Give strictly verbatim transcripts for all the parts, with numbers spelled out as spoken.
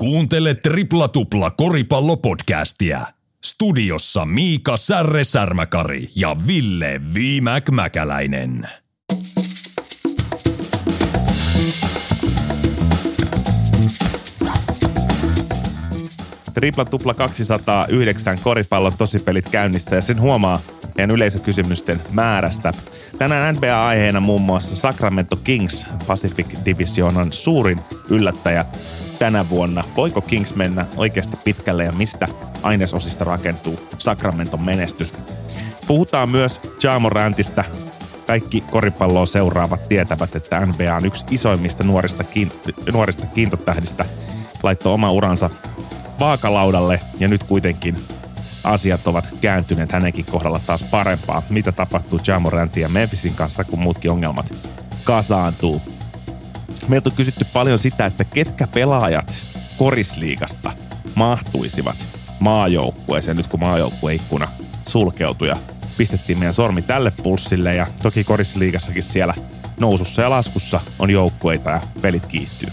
Kuuntele Tripla Tupla koripallopodcastia. Studiossa Miika Särre-Särmäkari ja Ville Viimäk-Mäkäläinen. Tripla Tupla kaksisataayhdeksän koripallon tosipelit käynnistä ja sen huomaa meidän yleisökysymysten määrästä. Tänään N B A-aiheena muun muassa Sacramento Kings, Pacific Divisionan suurin yllättäjä tänä vuonna. Voiko Kings mennä oikeasti pitkälle ja mistä ainesosista rakentuu Sacramenton menestys? Puhutaan myös Ja Morantista. Kaikki koripalloa seuraavat tietävät, että N B A on yksi isoimmista nuorista, kiint- nuorista kiintotähdistä. Laittoi oma uransa vaakalaudalle ja nyt kuitenkin asiat ovat kääntyneet hänenkin kohdalla taas parempaa. Mitä tapahtuu Ja Morantin ja Memphisin kanssa, kun muutkin ongelmat kasaantuu? Meiltä on kysytty paljon sitä, että ketkä pelaajat korisliigasta mahtuisivat maajoukkueeseen nyt kun maajoukkueikkuna sulkeutui ja pistettiin meidän sormi tälle pulssille ja toki korisliigassakin siellä nousussa ja laskussa on joukkueita ja pelit kiihtyy.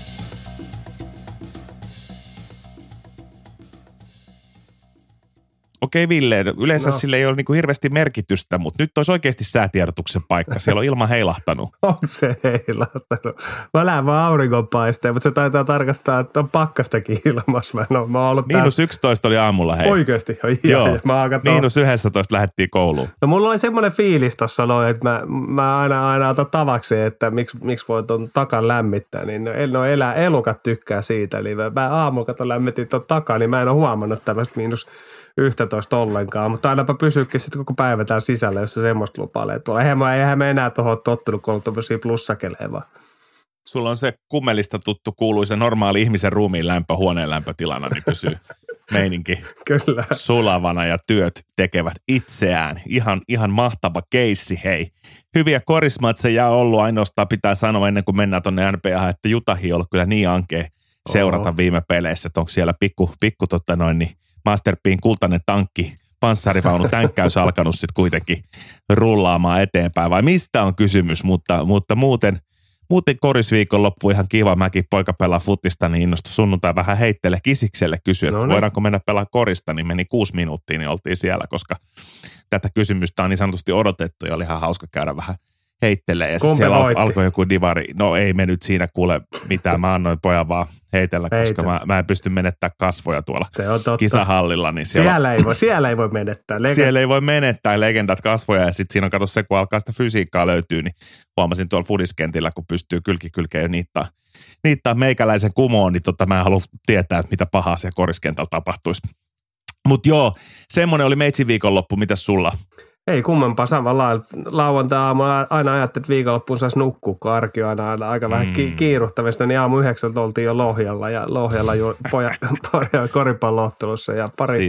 Okei Ville, yleensä no. Sille ei ole niinku hirveästi merkitystä, mutta nyt olisi oikeasti säätiedotuksen paikka. Siellä on ilma heilahtanut. On se heilahtanut. Mä lähden vaan auringonpaisteen, mutta se taitaa tarkastaa, että on pakkastakin ilmassa. Mä, no, mä ollut Miinus tää... yksitoista oli aamulla, hei. Oikeasti? Joo, ja, mä katson... miinus yksitoista lähdettiin kouluun. No mulla oli semmoinen fiilis tossa noin, että mä, mä aina, aina otan tavakseen, että miksi, miksi voi ton takan lämmittää. Niin no, no elä, elukat tykkää siitä. Eli mä, mä aamulla katon lämmitin ton takaa, niin mä en ole huomannut tämmöistä miinus yksitoista ollenkaan, mutta ainapa pysyykin sitten koko päivä täällä sisällä, jos se semmoista lupailee tuolla. Eihän me, eihän me enää tuohon tottunut, kun on tuollaisia plussakeleen vaan. Sulla on se kummelista tuttu kuuluisa normaali ihmisen ruumiin lämpö huoneen lämpötilana, niin pysyy meininki Kyllä. sulavana ja työt tekevät itseään. Ihan, ihan mahtava keissi, hei. Hyviä korismatseja on ollut, ainoastaan pitää sanoa ennen kuin mennään tuonne N B A, että Utahi on ollut kyllä niin ankea seurata Oho. viime peleissä, että onko siellä pikku, pikku tota noin, niin Masterpiin kultainen tankki, panssarivaunu, tänkkäys alkanut sitten kuitenkin rullaamaan eteenpäin. Vai mistä on kysymys, mutta, mutta muuten, muuten korisviikonloppu ihan kiva. Mäkin poika pelaa futista, niin innostui sunnuntai vähän heittele kisikselle kysyä, että no niin. voidaanko mennä pelaa korista, niin meni kuusi minuuttia, niin oltiin siellä, koska tätä kysymystä on niin sanotusti odotettu ja oli ihan hauska käydä vähän heittelee ja sitten siellä al- alkoi joku divari. No ei me nyt siinä kuule mitään, mä annoin pojan vaan heitellä, koska mä, mä en pysty menettämään kasvoja tuolla kisahallilla. Niin siellä, siellä, ei voi, siellä ei voi menettää. Legend- siellä ei voi menettää legendat kasvoja ja sitten siinä on kato se, kun alkaa sitä fysiikkaa löytyy, niin huomasin tuolla fudiskentillä, kun pystyy kylki kylkeen niittää, niittää meikäläisen kumoon, niin tota, mä en halua tietää, että mitä pahaa siellä koriskentällä tapahtuisi. Mutta joo, semmoinen oli meitsin viikonloppu, mitäs sulla? Ei kummempaa samalla lauantai-aamulla aina ajattelin, että viikonloppuun saisi nukkua, kun arki on aina, aina aika vähän mm. ki- kiiruhtamista, niin aamu yhdeksältä oltiin jo Lohjalla ja Lohjalla jo poja, poja koripallo-ottelussa ja pari,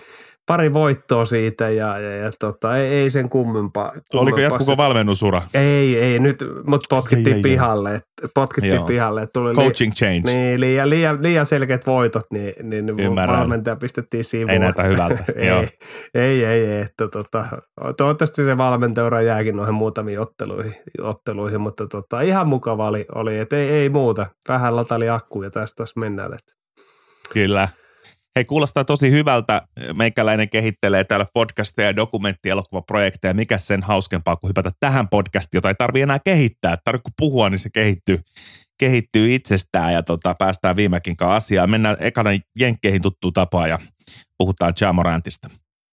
pari voittoa siitä ja, ja, ja tota, ei, ei sen kummempaa. Oliko jatkuko valmennusura? Ei, ei, nyt mut potkittiin ei, pihalle, ei, potkittiin Joo. pihalle. Tuli Coaching li- change. Niin, liian, liian, liian selkeät voitot, niin, niin valmentaja pistettiin sivuun. Ei näytä hyvältä. ei, ei, ei, ei, että tota, toivottavasti se valmentaja jääkin noihin muutamiin otteluihin, otteluihin mutta tota, ihan mukava oli, oli että ei, ei muuta. Vähän latali akku ja tästä taas mennään. Että. Kyllä. Hei, kuulostaa tosi hyvältä. Meikäläinen kehittelee täällä podcasteja ja dokumenttielokuvaprojekteja. Mikä sen hauskempaa kuin hypätä tähän podcastiin, jota ei tarvitse enää kehittää. Tarvitse kun puhua, niin se kehittyy, kehittyy itsestään ja tota, päästään viimekin kanssa asiaan. Mennään ekana jenkkeihin tuttuun tapaan ja puhutaan Ja Morantista.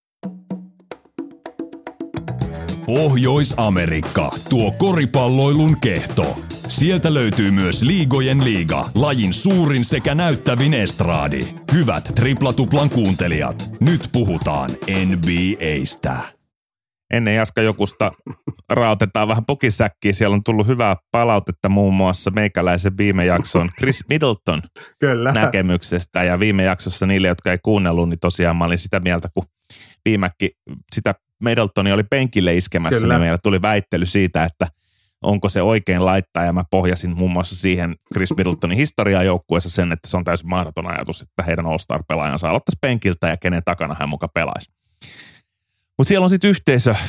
Pohjois-Amerikka, tuo koripalloilun kehto. Sieltä löytyy myös Liigojen liiga, lajin suurin sekä näyttävin estraadi. Hyvät Tripla-tuplan kuuntelijat, nyt puhutaan N B A:stä. Ennen Jaska Jokusta raotetaan vähän pukisäkkiä. Siellä on tullut hyvää palautetta muun muassa meikäläisen viime jakson Chris Middleton Kyllä. näkemyksestä. Ja viime jaksossa niille, jotka ei kuunnellut, niin tosiaan mä olin sitä mieltä, kun viimekin sitä Middletonia oli penkille iskemässä, Kyllä. niin meillä tuli väittely siitä, että onko se oikein laittaa, ja mä pohjasin muun muassa siihen Chris Middletonin historiaa joukkueessa sen, että se on täysin mahdoton ajatus, että heidän All-Star-pelaajansa aloittaisi penkiltä ja kenen takana hän muka pelaisi. Mutta siellä on sitten yhteisö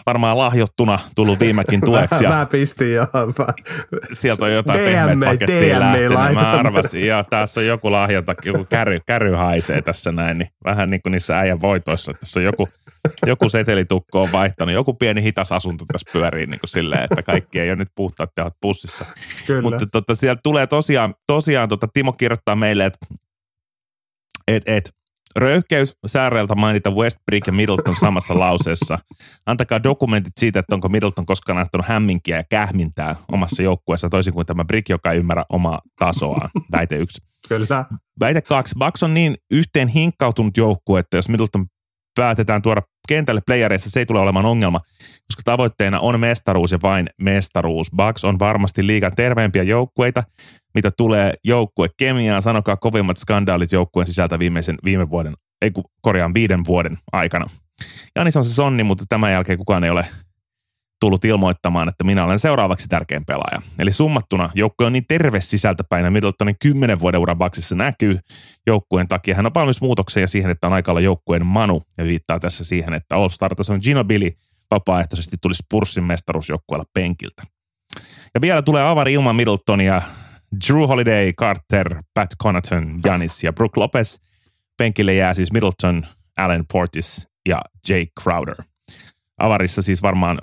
varmaan lahjottuna tullut viimäkin tueksi. Mä, mä pistin jo. Sieltä on jotain D M, pehmeät pakettia lähtenyt. Mä laitan. arvasin, joo, tässä on joku lahjonta, joku käry, käry haisee tässä näin. Niin vähän niin kuin niissä äijän voitoissa. Tässä on joku, joku setelitukko on vaihtanut. Joku pieni hitas asunto tässä pyörii niin kuin silleen, että kaikki ei ole nyt puhtaat tehot pussissa. Kyllä. Mutta tota, sieltä tulee tosiaan, tosiaan tota, Timo kirjoittaa meille, että et, et, röyhkeys sääreiltä mainita Westbrook ja Middleton samassa lauseessa. Antakaa dokumentit siitä, että onko Middleton koskaan nähtänyt hämminkiä ja kähmintää omassa joukkueessa, toisin kuin tämä Brick, joka ei ymmärrä omaa tasoaan. Väite yksi. Kyllä. Väite kaksi. Bucks on niin yhteen hinkkautunut joukkue, että jos Middleton päätetään tuoda kentälle playereissa, se ei tule olemaan ongelma, koska tavoitteena on mestaruus ja vain mestaruus. Bucks on varmasti liigan terveempiä joukkueita, mitä tulee joukkue kemiaan. Sanokaa kovimmat skandaalit joukkueen sisältä viimeisen viime vuoden, ei kun korjaan viiden vuoden aikana. Janis on se sonni, mutta tämän jälkeen kukaan ei ole tullut ilmoittamaan, että minä olen seuraavaksi tärkein pelaaja. Eli summattuna joukkue on niin terve sisältäpäin ja Middletonin kymmenen vuoden uran Bucksissa näkyy joukkueen takia. Hän on valmis muutokseen ja siihen, että on aika olla joukkueen Manu ja viittaa tässä siihen, että All-Star-tason Ginobili vapaaehtoisesti tulisi Spurssin mestaruusjoukkueella penkiltä. Ja vielä tulee avari ilman Middletonia Drew Holiday, Carter, Pat Connaughton, Giannis ja Brook Lopez. Penkille jää siis Middleton, Allen Portis ja Jay Crowder. Avarissa siis varmaan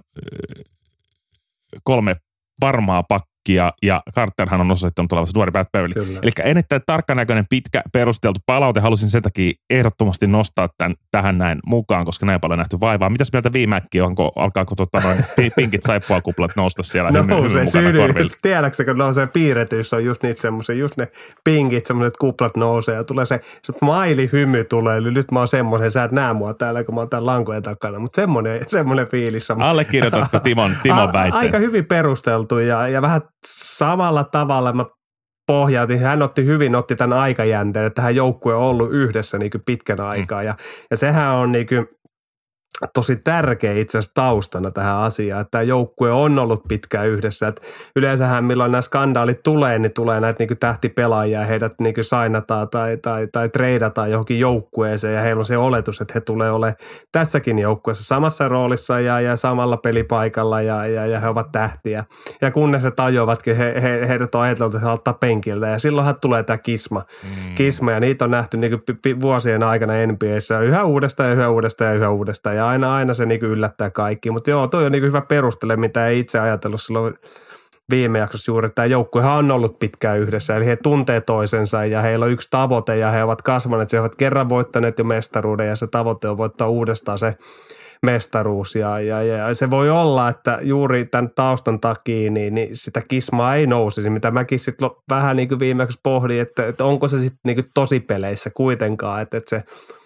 kolme varmaa pakkia ja Carterhan on osoittanut tulevansa nuori Pat Beverly. Eli enittäin tarkkanäköinen, pitkä, perusteltu palaute. Halusin sen takia ehdottomasti nostaa tämän, tähän näin mukaan, koska näin paljon nähty vaivaa. Mitäs mieltä viimeäkki onko, alkaako tota noin pinkit saippuakuplat nousta siellä no, hymyn mukana korville? Tiedätkö, kun nousee piirretyissä on just niitä semmoisia, just ne pinkit, semmoiset kuplat nousee ja tulee se, se smiley-hymy tulee. Eli nyt mä oon semmoinen, sä et näe mua täällä, kun mä oon täällä lankojen takana, mutta semmoinen, semmoinen fiilis on. Allekirjoitatko Timon, Timon väitteen? Aika hyvin perusteltu ja, ja vähän samalla tavalla mä pohjautin. Hän otti hyvin, otti tämän aikajänteen, että tähän joukkue on ollut yhdessä niin kuin pitkän aikaa. Mm. Ja, ja sehän on niin kuin tosi tärkeä itse asiassa taustana tähän asiaan, että tämä joukkue on ollut pitkään yhdessä. Että yleensähän milloin nämä skandaalit tulee, niin tulee näitä niin kuin tähtipelaajia, heidät niin kuin sainataan tai, tai, tai treidataan johonkin joukkueeseen ja heillä on se oletus, että he tulee olemaan tässäkin joukkueessa samassa roolissa ja, ja samalla pelipaikalla ja, ja, ja he ovat tähtiä. Ja kunnes he tajuavatkin, he, he, heidät on ajatellut, että he ottaa penkiltä ja silloinhan tulee tämä kisma. Mm. kisma ja niitä on nähty niin kuin vuosien aikana N B A:ssä yhä uudestaan ja yhä uudestaan ja yhä uudestaan ja aina, aina se niin kuin yllättää kaikki. Mutta joo, toi on niin kuin hyvä perustele, mitä ei itse ajatellut silloin viime jaksossa juuri. Tämä joukkuehan on ollut pitkään yhdessä, eli he tuntee toisensa ja heillä on yksi tavoite ja he ovat kasvaneet. He ovat kerran voittaneet jo mestaruuden ja se tavoite on voittaa uudestaan se mestaruus. Ja, ja, ja se voi olla, että juuri tämän taustan takia niin, niin sitä kismaa ei nousisi, mitä mäkin sitten vähän niin kuin viimeksi pohdin, että, että onko se sitten niin kuin tosipeleissä kuitenkaan, että, että se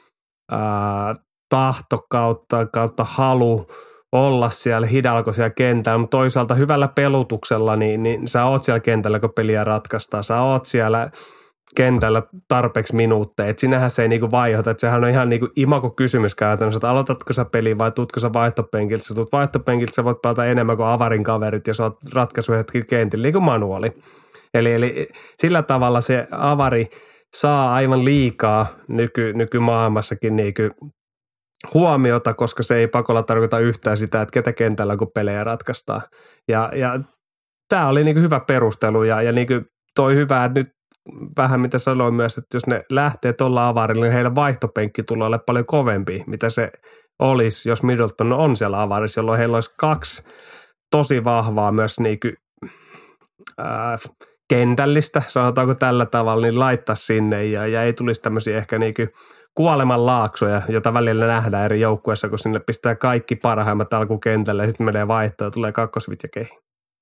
ää, tahto kautta, kautta halu olla siellä Hidalgo siellä kentällä, mutta toisaalta hyvällä pelutuksella, niin, niin sä oot siellä kentällä, kun peliä ratkaistaan. Sä oot siellä kentällä tarpeeksi minuutteja. Et sinähän se ei niinku vaihota. Et sehän on ihan niinku imako kysymys käytännössä, että aloitatko sä peliä vai tuutko sä vaihtopenkiltä. Sä tuut vaihtopenkiltä, sä voit pelata enemmän kuin avarin kaverit ja sä oot ratkaisuhetki kentillä, niin kuin manuaali. Eli, eli sillä tavalla se avari saa aivan liikaa nyky, nykymaailmassakin niinku huomiota, koska se ei pakolla tarkoita yhtään sitä, että ketä kentällä kun pelejä ratkaistaan. Ja, ja tämä oli niinku hyvä perustelu ja, ja niinku toi hyvä, että nyt vähän mitä sanoin myös, että jos ne lähtee tuolla avarilla, niin heidän vaihtopenkki tulee olemaan paljon kovempi, mitä se olisi, jos Middleton on siellä avarissa, jolloin heillä olisi kaksi tosi vahvaa myös niinku, ää, kentällistä, sanotaanko tällä tavalla, niin laittaa sinne ja, ja ei tulisi tämmöisiä ehkä niinku kuoleman laaksoja, jota välillä nähdään eri joukkueissa, kun sinne pistää kaikki parhaimmat alkukentälle ja sitten menee vaihtoa ja tulee kakkosvitjakeihin.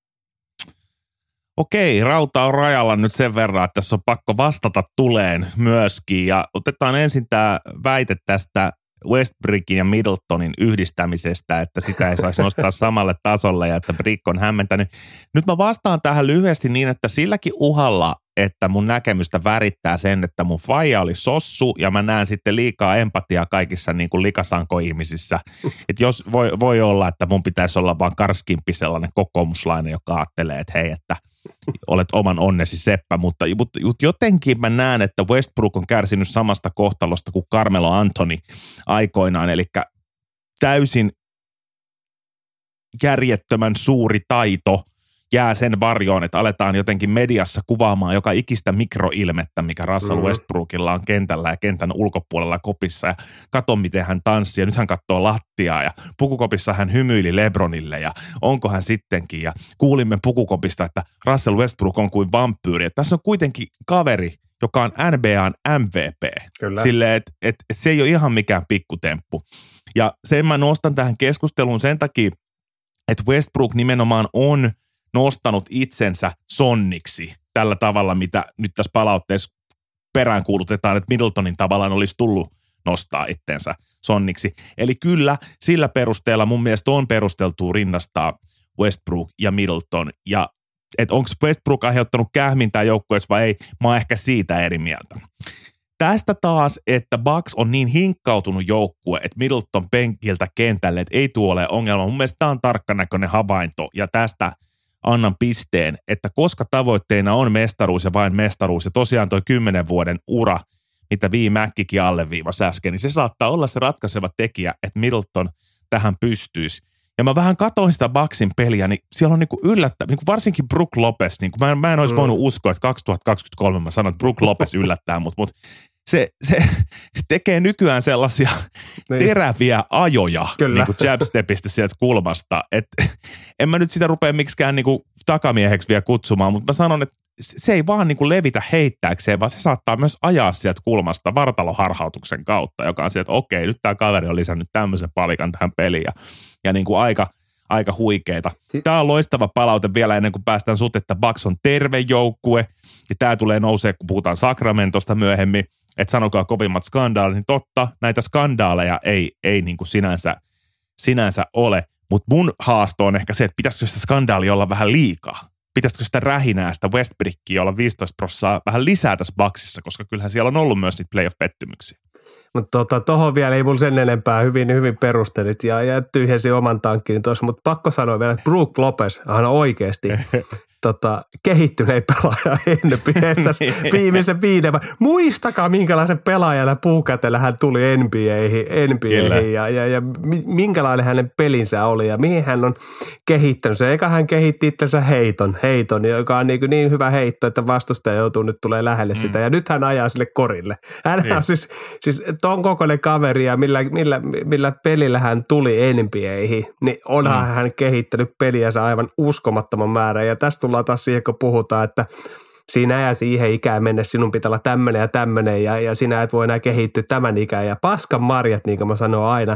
Okei, rauta on rajalla nyt sen verran, että tässä on pakko vastata tuleen myöskin. Ja otetaan ensin tämä väite tästä Westbrookin ja Middletonin yhdistämisestä, että sitä ei saisi nostaa samalle tasolle ja että Brick on hämmentänyt. Nyt mä vastaan tähän lyhyesti niin, että silläkin uhalla, että mun näkemystä värittää sen, että mun faija oli sossu ja mä näen sitten liikaa empatiaa kaikissa niin kuin likasankoihmisissä. Että jos voi, voi olla, että mun pitäisi olla vaan karskimppi sellainen kokoomuslainen, joka ajattelee, että hei, että olet oman onnesi seppä, mutta, mutta jotenkin mä näen, että Westbrook on kärsinyt samasta kohtalosta kuin Carmelo Anthony aikoinaan, eli täysin järjettömän suuri taito jää sen varjoon, että aletaan jotenkin mediassa kuvaamaan joka ikistä mikroilmettä, mikä Russell mm. Westbrookilla on kentällä ja kentän ulkopuolella kopissa. Ja kato, miten hän tanssii ja nyt hän katsoo lattiaa ja pukukopissa hän hymyili LeBronille ja onko hän sittenkin. Ja kuulimme pukukopista, että Russell Westbrook on kuin vampyyri. Että tässä on kuitenkin kaveri, joka on N B A:n M V P. Kyllä. Silleen, että et, et se ei ole ihan mikään pikkutemppu. Ja sen mä nostan tähän keskusteluun sen takia, että Westbrook nimenomaan on nostanut itsensä sonniksi tällä tavalla, mitä nyt tässä palautteessa peräänkuulutetaan, että Middletonin tavallaan olisi tullut nostaa itsensä sonniksi. Eli kyllä, sillä perusteella mun mielestä on perusteltua rinnastaa Westbrook ja Middleton. Ja että onko Westbrook aiheuttanut kähmintää joukkueessa vai ei, mä oon ehkä siitä eri mieltä. Tästä taas, että Bucks on niin hinkkautunut joukkue, että Middleton penkiltä kentälle, että ei tuo ole ongelma. Mun mielestä tämä on tarkkanäköinen havainto ja tästä annan pisteen, että koska tavoitteena on mestaruus ja vain mestaruus ja tosiaan toi kymmenen vuoden ura, mitä Viimäkkikin alleviivasi äsken, niin se saattaa olla se ratkaiseva tekijä, että Middleton tähän pystyisi. Ja mä vähän katsoin sitä Bucksin peliä, niin siellä on niinku yllättävää, niinku varsinkin Brook Lopez, niinku mä, en, mä en olisi mm. voinut uskoa, että kaksituhattakaksikymmentäkolme mä sanon, että Brook Lopez yllättää mut, mutta se, se tekee nykyään sellaisia niin. teräviä ajoja niin kuin jabstepistä sieltä kulmasta. Et, en mä nyt sitä rupea miksikään niin kuin takamieheksi vielä kutsumaan, mutta mä sanon, että se ei vaan niin kuin levitä heittääkseen, vaan se saattaa myös ajaa sieltä kulmasta vartaloharhautuksen kautta, joka on sieltä, että okei, nyt tämä kaveri on lisännyt tämmöisen palikan tähän peliin ja, ja niin kuin aika, aika huikeeta. Tämä on loistava palaute vielä ennen kuin päästään sut, että Bucks on terve joukkue ja tämä tulee nousee, kun puhutaan Sacramentosta myöhemmin, että sanokaa kovimmat skandaalit, niin totta, näitä skandaaleja ei, ei niin kuin sinänsä, sinänsä ole, mutta mun haasto on ehkä se, että pitäisikö sitä skandaalia olla vähän liikaa. Pitäisikö sitä rähinää, sitä Westbrickia olla viisitoista prosenttia vähän lisää tässä Bucksissa, koska kyllähän siellä on ollut myös niitä playoff-pettymyksiä. Mutta tota, tohon vielä ei mulla sen enempää hyvin, hyvin perustelit ja, ja tyhjensi oman tankkiin tuossa, mutta pakko sanoa vielä, että Brook Lopez on oikeasti tota, kehittynein pelaaja N B A:stä viimeisen viiden. Muistakaa, minkälaisen pelaajana puukätellä hän tuli N B A:hin, N B A:hin ja, ja, ja minkälainen hänen pelinsä oli ja mihin hän on kehittänyt. Se eikä hän kehitti itsensä heiton, heiton, joka on niin, niin hyvä heitto, että vastustaja joutuu nyt tulee lähelle mm. sitä ja nyt hän ajaa sille korille. Hän yeah. on siis, siis ton kokoinen kaveri ja millä, millä, millä pelillä hän tuli N B A:hin, niin onhan mm. hän kehittänyt peliänsä aivan uskomattoman määrän ja tästä tullaan taas siihen, kun puhutaan, että siinä ja siihen ikään mennessä sinun pitää olla tämmöinen ja tämmöinen ja, ja sinä et voi enää kehittyä tämän ikään ja paskan marjat, niin kuin mä sanon aina.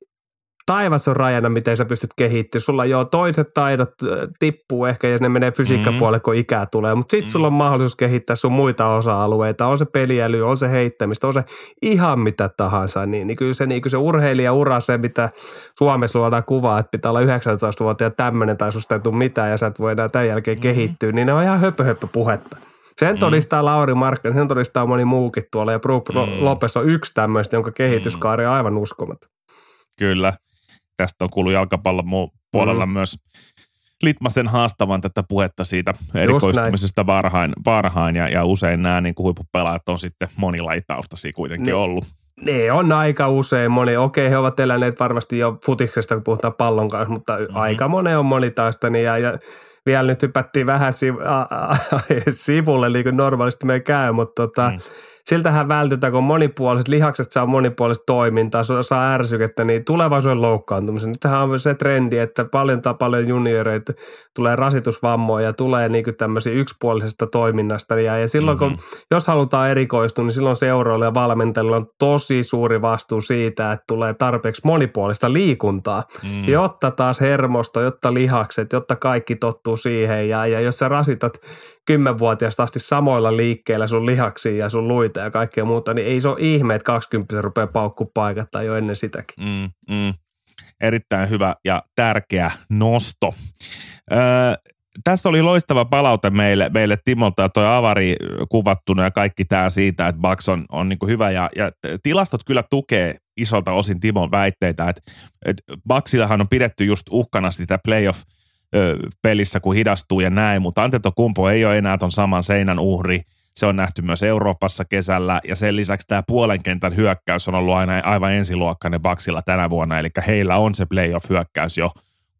Taivas on rajana, miten sä pystyt kehittymään. Sulla joo toiset taidot tippuu ehkä ja ne menee fysiikkapuolelle, kun ikää tulee, mutta sit sulla on mahdollisuus kehittää sun muita osa-alueita. On se peliäly, on se heittämistä, on se ihan mitä tahansa. Niin, niin kyllä se, niin kyllä se urheilija-ura, se mitä Suomessa luodaan kuvaa, että pitää olla yhdeksäntoista-vuotiaan tämmöinen tai susta ei tule mitään ja sä et voi enää tämän jälkeen kehittyä, niin ne on ihan höpö, höpö puhetta. Sen todistaa Lauri Markkanen, sen todistaa moni muukin tuolla ja Brook mm. Lopez on yksi tämmöistä, jonka kehityskaari on aivan uskomaton. Kyllä. Tästä on kuullut jalkapallon puolella mm. myös Litmasen haastavan tätä puhetta siitä erikoistumisesta varhain, varhain ja, ja usein nämä niin kuin huippupelaajat on sitten monilajitaustaisia kuitenkin ne, ollut. Ne on aika usein moni. Okei, he ovat eläneet varmasti jo futiksesta, kun puhutaan pallon kanssa, mutta mm-hmm. aika monen on monitaustainen ja, ja vielä nyt hypättiin vähän siv- a- a- sivulle, niin kuin normaalisti me käy, mutta tota, mm. siltähän vältytään, kun monipuoliset lihakset saa monipuolista toimintaa, saa ärsykettä, niin tulevaisuuden loukkaantumisen. Nythän on se trendi, että paljon tai paljon junioreita tulee rasitusvammoja ja tulee niin kuin tämmöisiä yksipuolisesta toiminnasta. Ja, ja silloin, mm-hmm. kun, jos halutaan erikoistua, niin silloin seuroilla ja valmentajilla on tosi suuri vastuu siitä, että tulee tarpeeksi monipuolista liikuntaa, mm-hmm. jotta taas hermosto, jotta lihakset, jotta kaikki tottuu siihen. Ja, ja jos sä rasitat kymmenvuotiaasta asti samoilla liikkeillä sun lihaksia ja sun luita ja kaikkea muuta, niin ei se ole ihme, että kaksikymmentä rupeaa paukku paikata jo ennen sitäkin. Mm, mm. Erittäin hyvä ja tärkeä nosto. Öö, tässä oli loistava palaute meille, meille Timolta ja toi avari kuvattuna ja kaikki tämä siitä, että Bucks on, on niin kuin hyvä ja, ja tilastot kyllä tukee isolta osin Timon väitteitä, että, että Bucksillahan on pidetty just uhkana sitä playoff pelissä, kun hidastuu ja näin, mutta Antetokounmpo ei ole enää ton saman seinän uhri. Se on nähty myös Euroopassa kesällä ja sen lisäksi tämä puolen kentän hyökkäys on ollut aina aivan ensiluokkainen Bucksilla tänä vuonna, eli heillä on se playoff-hyökkäys jo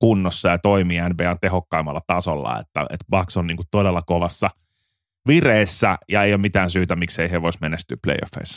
kunnossa ja toimii N B A:n tehokkaimmalla tasolla, että, että Bucks on niin kuin todella kovassa vireessä ja ei ole mitään syytä, miksei he vois menestyä playoffeissa.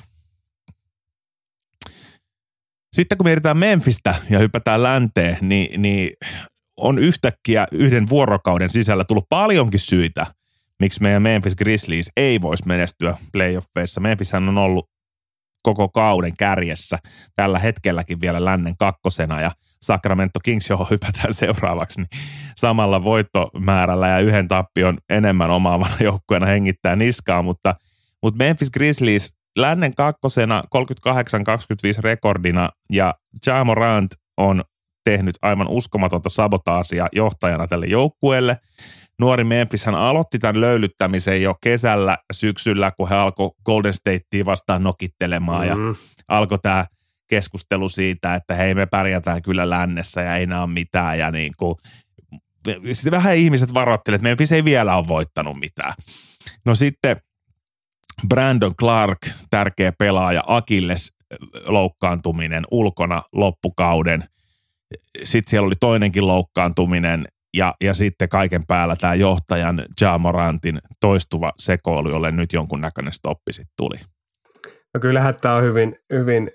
Sitten kun mietitään Memphistä ja hypätään länteen, niin, niin on yhtäkkiä yhden vuorokauden sisällä tullut paljonkin syitä, miksi meidän Memphis Grizzlies ei voisi menestyä playoffeissa. Memphishän on ollut koko kauden kärjessä tällä hetkelläkin vielä lännen kakkosena ja Sacramento Kings, johon hypätään seuraavaksi, niin samalla voittomäärällä ja yhden tappion enemmän omaavana joukkueena hengittää niskaa, mutta, mutta Memphis Grizzlies lännen kakkosena kolmekymmentäkahdeksan kaksikymmentäviisi rekordina ja Ja Morant on tehnyt aivan uskomatonta sabotaasia johtajana tälle joukkueelle. Nuori Memphis hän aloitti tämän löylyttämisen jo kesällä syksyllä, kun he alkoi Golden Statea vastaan nokittelemaan mm-hmm. ja alkoi tämä keskustelu siitä, että hei me pärjätään kyllä lännessä ja ei nää ole mitään ja niin kuin, sitten vähän ihmiset varoittelivat, että Memphis ei vielä ole voittanut mitään. No sitten Brandon Clark, tärkeä pelaaja, Achilles loukkaantuminen ulkona loppukauden. Sitten siellä oli toinenkin loukkaantuminen ja, ja sitten kaiken päällä tämä johtajan Ja Morantin toistuva sekoilu, jolle nyt jonkunnäköinen stoppi sitten tuli. No kyllähän tämä on hyvin, hyvin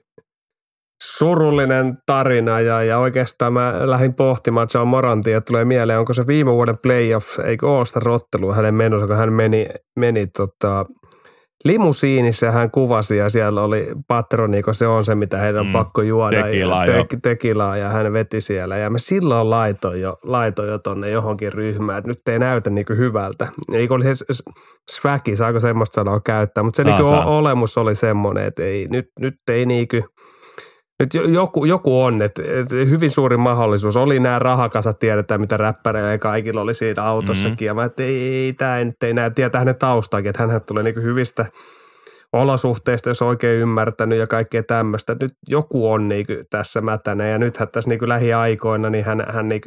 surullinen tarina ja, ja oikeastaan mä lähdin pohtimaan Ja Morantia ja tulee mieleen, onko se viime vuoden playoff, eikö All-Star-ottelu hänen menossa, kun hän meni, meni tota, limusiinissa ja hän kuvasi ja siellä oli patroni, kun se on se, mitä heidän on mm, pakko juoda. Tekilaa, ja, te, tekilaa ja hän veti siellä. Ja me silloin laitoin jo, laitoin jo tonne johonkin ryhmään, että nyt ei näytä niin kuin hyvältä. Eikö oli se sväki, saako semmoista sanoa käyttää, mutta se saa, niin kuin olemus oli semmoinen, että ei, nyt, nyt ei niin kuin, nyt joku, joku on, että hyvin suuri mahdollisuus. Oli nämä rahakasat, tiedetään mitä räppäreillä ja kaikilla oli siinä autossakin. Mm-hmm. Ja mä että ei, tämä ei, ei näe, tietää hänen taustaakin, että hänhän tulee niin hyvistä olosuhteista, jos oikein ymmärtänyt ja kaikkea tämmöistä. Nyt joku on niin tässä mätänä ja nythän tässä niin lähiaikoina niin hän, hän niin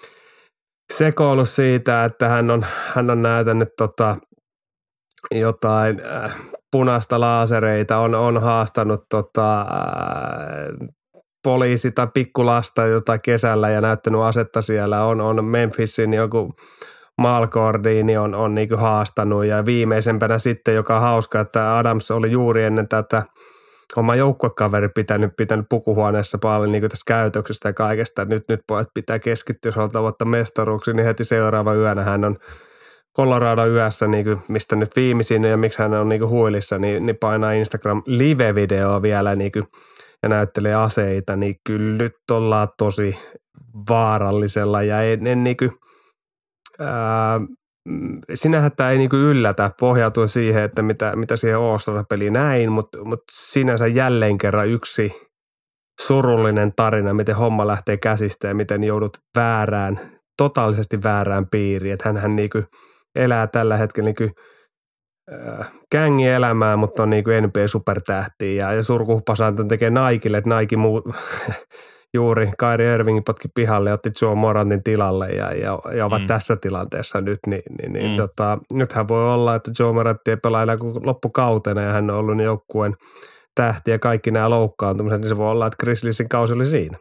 sekoillut siitä, että hän on, hän on näytänyt tota, jotain äh, punaista laasereita, on, on haastanut tota, äh, poliisi tai pikkulasta jotain kesällä ja näyttänyt asetta siellä, on, on Memphisin joku Malcordiini on, on niin kuin haastanut ja viimeisempänä sitten, joka on hauska, että Adams oli juuri ennen tätä oma joukkuekaveri pitänyt, pitänyt pukuhuoneessa paljon niin kuin tästä käytöksestä ja kaikesta. Nyt, nyt pojat pitää keskittyä, jos halutaan voittaa mestaruuksi, niin heti seuraava yönä hän on Colorado yössä, niin kuin, mistä nyt viimeisin ja miksi hän on niin kuin huilissa, niin, niin painaa Instagram live-videoa vielä niin kuin, ja näyttelee aseita, niin kyllä nyt ollaan tosi vaarallisella ja en, en niin kuin, ää, sinähän tämä ei niin kuin yllätä pohjautua siihen, että mitä, mitä siihen All-Star-peliin näin, mutta, mutta sinänsä jälleen kerran yksi surullinen tarina, miten homma lähtee käsistä ja miten joudut väärään, totaalisesti väärään piiriin, että hänhän niin kuin elää tällä hetkellä niin kuin, äh, gängin elämää, mutta on niin kuin N B A-supertähtiä ja, ja surkuhupasaan tekee Nikelle, että Nike muu, juuri Kyrie Irvingin potki pihalle ja otti Joe Morantin tilalle ja, ja, ja ovat mm. tässä tilanteessa nyt, niin, niin, niin mm. tota, nythän voi olla, että Joe Morantti ei pelaa enää kuin loppukautena ja hän on ollut joukkueen tähti ja kaikki nämä loukkaantumiset, niin se voi olla, että Grizzliesin kausi oli siinä.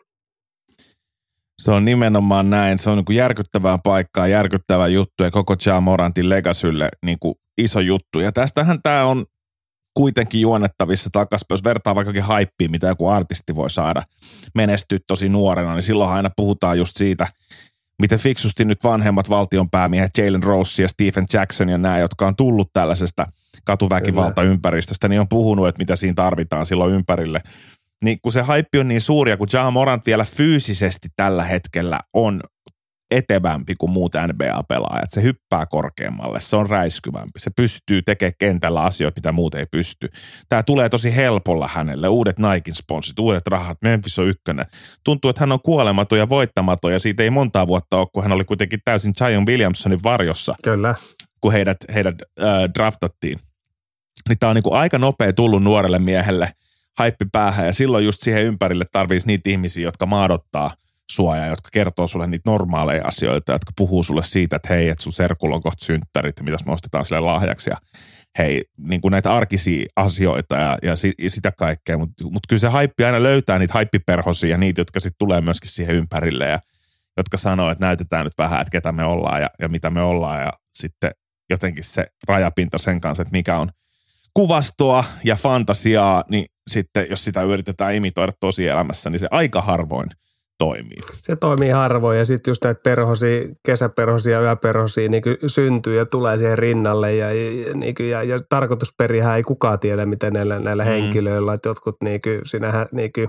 Se on nimenomaan näin. Se on niin kuin järkyttävää paikkaa, järkyttävä juttu ja koko Ja Morantin legacylle niin kuin iso juttu. Ja tästähän tämä on kuitenkin juonnettavissa takaisin, jos vertaa vaikkakin haippiin, mitä joku artisti voi saada menestyä tosi nuorena, niin silloin aina puhutaan just siitä, miten fiksusti nyt vanhemmat valtionpäämiehet Jalen Rose ja Stephen Jackson ja nämä, jotka on tullut tällaisesta katuväkivaltaympäristöstä, niin on puhunut, että mitä siinä tarvitaan silloin ympärille. Niin kun se haippi on niin suuri ja kun Ja Morant vielä fyysisesti tällä hetkellä on etevämpi kuin muut N B A-pelaajat, se hyppää korkeammalle, se on räiskyvämpi, se pystyy tekemään kentällä asioita, mitä muut ei pysty. Tämä tulee tosi helpolla hänelle, uudet Niken sponssit, uudet rahat, Memphis on ykkönen. Tuntuu, että hän on kuolematon ja voittamaton ja siitä ei montaa vuotta ole, kun hän oli kuitenkin täysin Zion Williamsonin varjossa, Kyllä. kun heidät, heidät äh, draftattiin. Niin tämä on niin kuin aika nopea tullut nuorelle miehelle haippi päähän ja silloin just siihen ympärille tarvitsisi niitä ihmisiä, jotka maadottaa sua ja jotka kertoo sulle niitä normaaleja asioita, jotka puhuu sulle siitä, että hei, että sun serkulla on kohta synttärit ja mitäs me ostetaan sille lahjaksi ja hei, niin kuin näitä arkisia asioita ja, ja, si, ja sitä kaikkea, mutta mut kyllä se haippi aina löytää niitä haippiperhosia ja niitä, jotka sitten tulee myöskin siihen ympärille ja, jotka sanoo, että näytetään nyt vähän, että ketä me ollaan ja, ja mitä me ollaan. Ja sitten jotenkin se rajapinta sen kanssa, että mikä on kuvastoa ja fantasiaa, niin sitten jos sitä yritetään imitoida tosielämässä, niin se aika harvoin toimii. Se toimii harvoin ja sitten just näitä perhosia, kesäperhosia, yöperhosia niin syntyy ja tulee siihen rinnalle ja, ja, niin kuin, ja, ja tarkoitusperihän ei kukaan tiedä, miten näillä, näillä mm. henkilöillä, että jotkut niin kuin, sinähän niin kuin,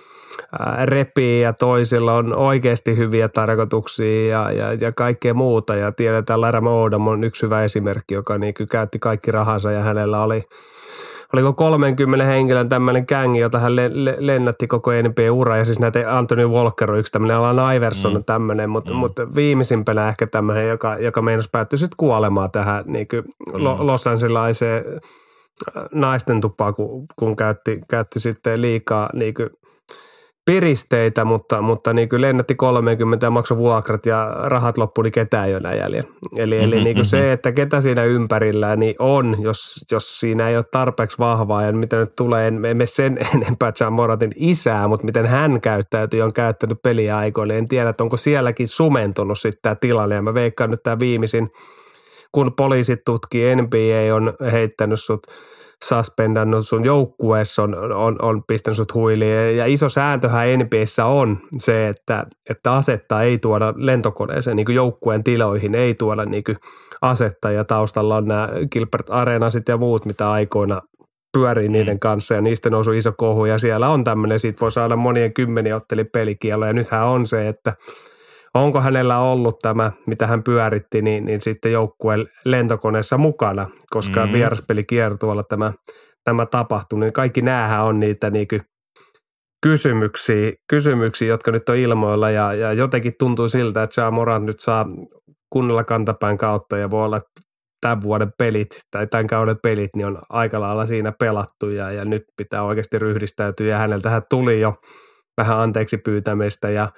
ää, repii ja toisilla on oikeasti hyviä tarkoituksia ja, ja, ja kaikkea muuta ja tiedetään Laramie Odom on yksi hyvä esimerkki, joka niin kuin, käytti kaikki rahansa ja hänellä oli Oliko kolmenkymmenen henkilön tämmöinen gängi, jota hän le- le- lennätti koko N B A-ura. Ja siis näitä Anthony Walker on yksi tämmöinen, Alan Iverson on tämmöinen, mutta, mm. mutta viimeisimpänä ehkä tämmöinen, joka, joka meinasi päättyi sitten kuolemaan tähän niin kuin mm. Los Angeleseen naisten tupaan, kun, kun käytti, käytti sitten liikaa niin kuin piristeitä, mutta, mutta niin kuin lennätti kolmekymmentä ja maksoi vuokrat ja rahat loppui, niin ketään ei ole enää jäljellä. Eli, eli niin kuin se, että ketä siinä ympärillä niin on, jos, jos siinä ei ole tarpeeksi vahvaa ja mitä nyt tulee, en emme sen enempää Ja Morantin isää, mutta miten hän käyttäytyy ja on käyttänyt peliaikoina, en tiedä, että onko sielläkin sumentunut sitten tämä tilanne ja mä veikkaan nyt tämä viimeisin, kun poliisit tutkii, N B A on heittänyt sut suspendannut sun joukkueessa, on, on, on pistänyt sut huiliin. Ja iso sääntöhän N B A:ssä on se, että, että asetta ei tuoda lentokoneeseen, niin kuin joukkueen tiloihin ei tuoda niin kuin asetta. Ja taustalla on nämä Gilbert Arenasit ja muut, mitä aikoina pyörii niiden kanssa ja niistä nousu iso kohu. Ja siellä on tämmöinen, siitä voi saada monien kymmeniä otteli pelikielo. Ja nythän on se, että onko hänellä ollut tämä, mitä hän pyöritti, niin, niin sitten joukkueen lentokoneessa mukana, koska mm. vieraspeli-kiertueella tämä, tämä tapahtui. Niin kaikki näähän on niitä niin kuin kysymyksiä, kysymyksiä, jotka nyt on ilmoilla ja, ja jotenkin tuntuu siltä, että Ja Morant nyt saa kunnolla kantapään kautta ja voi olla, että tämän vuoden pelit tai tämän kauden pelit niin on aika lailla siinä pelattu ja, ja nyt pitää oikeasti ryhdistäytyä ja häneltähän tuli jo vähän anteeksi pyytämistä ja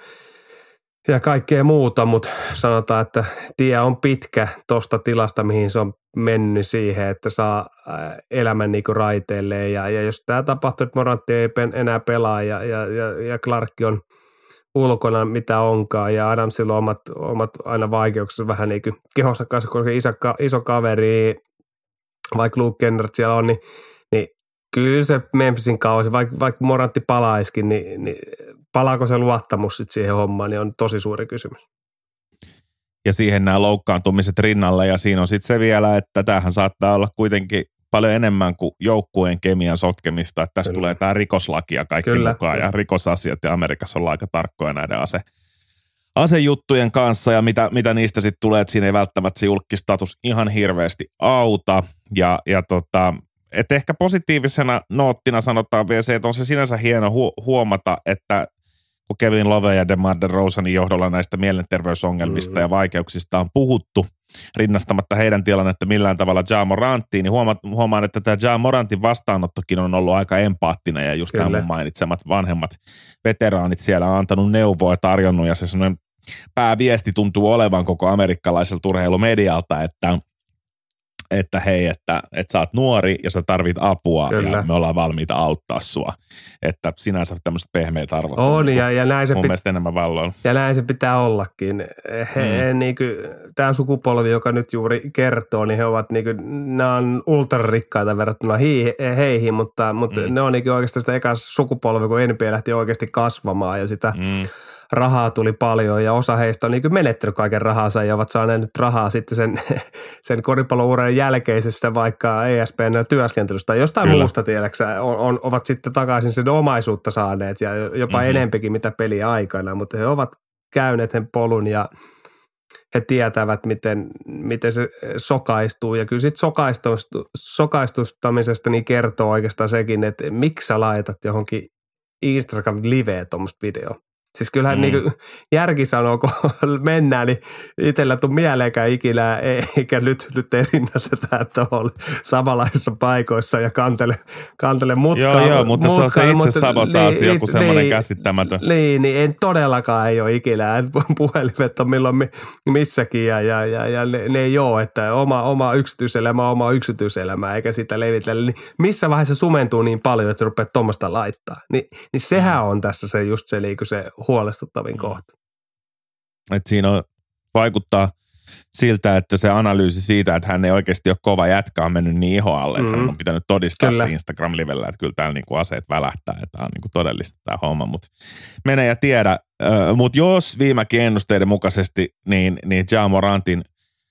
Ja kaikkea muuta, mutta sanotaan, että tie on pitkä tuosta tilasta, mihin se on mennyt siihen, että saa elämän niinku raiteilleen. Ja, ja jos tämä tapahtuu, että Morantti ei enää pelaa ja, ja, ja, ja Clarkki on ulkona mitä onkaan ja Adamsilla on omat, omat aina vaikeuksia vähän niin kuin kehossa kanssa, koska iso, iso kaveri, vaikka Luke Kennard siellä on, niin, niin kyllä se Memphisin kausi, vaikka, vaikka Morantti palaisikin, niin, niin palaako se luottamus sitten siihen hommaan, niin on tosi suuri kysymys. Ja siihen nämä loukkaantumiset rinnalla ja siinä on sitten se vielä, että tämähän saattaa olla kuitenkin paljon enemmän kuin joukkueen kemian sotkemista, että tästä Kyllä. tulee tämä rikoslaki ja kaikki Kyllä. mukaan ja rikosasiat ja Amerikassa ollaan aika tarkkoja näiden ase, asejuttujen kanssa ja mitä, mitä niistä sitten tulee, että siinä ei välttämättä se julkistatus ihan hirveästi auta ja, ja tota, että ehkä positiivisena noottina sanotaan vielä se, että on se sinänsä hieno hu- huomata, että kun Kevin Love ja DeMar DeRozanin johdolla näistä mielenterveysongelmista mm. ja vaikeuksista on puhuttu, rinnastamatta heidän tilannetta millään tavalla Ja Moranttiin, niin huoma- huomaan, että tämä Ja Morantin vastaanottokin on ollut aika empaattinen ja just nämä mun mainitsemat vanhemmat veteraanit siellä on antanut neuvoa ja tarjonnut ja se sellainen pääviesti tuntuu olevan koko amerikkalaiselta urheilumedialta, että että hei, että, että sä oot nuori ja sä tarvit apua Kyllä. ja me ollaan valmiita auttaa sua. Että sinänsä tämmöiset pehmeät arvot on, niin ja, ja näin se mun pit- mielestä enemmän valloilla. Ja näin se pitää ollakin. He, mm. niin kuin, tämä sukupolvi, joka nyt juuri kertoo, niin he ovat niin kuin, nämä on ultrarikkaita verrattuna hi, heihin, mutta, mutta mm. ne on niin kuin oikeastaan sitä eka sukupolvi, kun N B A lähti oikeasti kasvamaan ja sitä mm. rahaa tuli paljon ja osa heistä on niin menettänyt kaiken rahansa ja ovat saaneet nyt rahaa sitten sen, sen koripallouran jälkeisestä vaikka E S P N-työskentelystä tai jostain Kyllä. muusta tiedäksä, on, on, ovat sitten takaisin sen omaisuutta saaneet ja jopa mm-hmm. enempikin mitä peliä aikana, mutta he ovat käyneet sen polun ja he tietävät, miten, miten se sokaistuu ja kyllä sitten sokaistustamisesta niin kertoo oikeastaan sekin, että miksi sä laitat johonkin Instagram-liveen tuommoista videoa. Siis kyllähän mm. niin kuin järki sanoo, kun mennään, niin itsellä tuu mieleenkään ikinä, eikä nyt, nyt ei rinnasteta, että on samanlaisissa paikoissa ja kantele, kantele mutkaa. Joo, joo, mutta mutka, se on se itse sabotaasi, joku it, semmoinen niin, käsittämätön. Niin, niin en todellakaan ei ole ikinä. Puhelimet on milloin missäkin ja, ja, ja, ja ne, ne ei ole, että oma, oma yksityiselämä on oma yksityiselämä, eikä sitä levitellä. Niin missä vaiheessa sumentuu niin paljon, että se rupeaa tuommoista laittaa? Ni, niin sehän on tässä se just se, se huolestuttavin kohta. että siinä on, vaikuttaa siltä, että se analyysi siitä, että hän ei oikeasti ole kova jätkä, on mennyt niin iho alle, että mm. hän on pitänyt todistaa kyllä se Instagram-livellä, että kyllä täällä niinku aseet välähtää, että tämä on niinku todellista tämä homma, mutta mene ja tiedä. Mutta jos viimekin ennusteiden mukaisesti, niin, niin Ja Morantin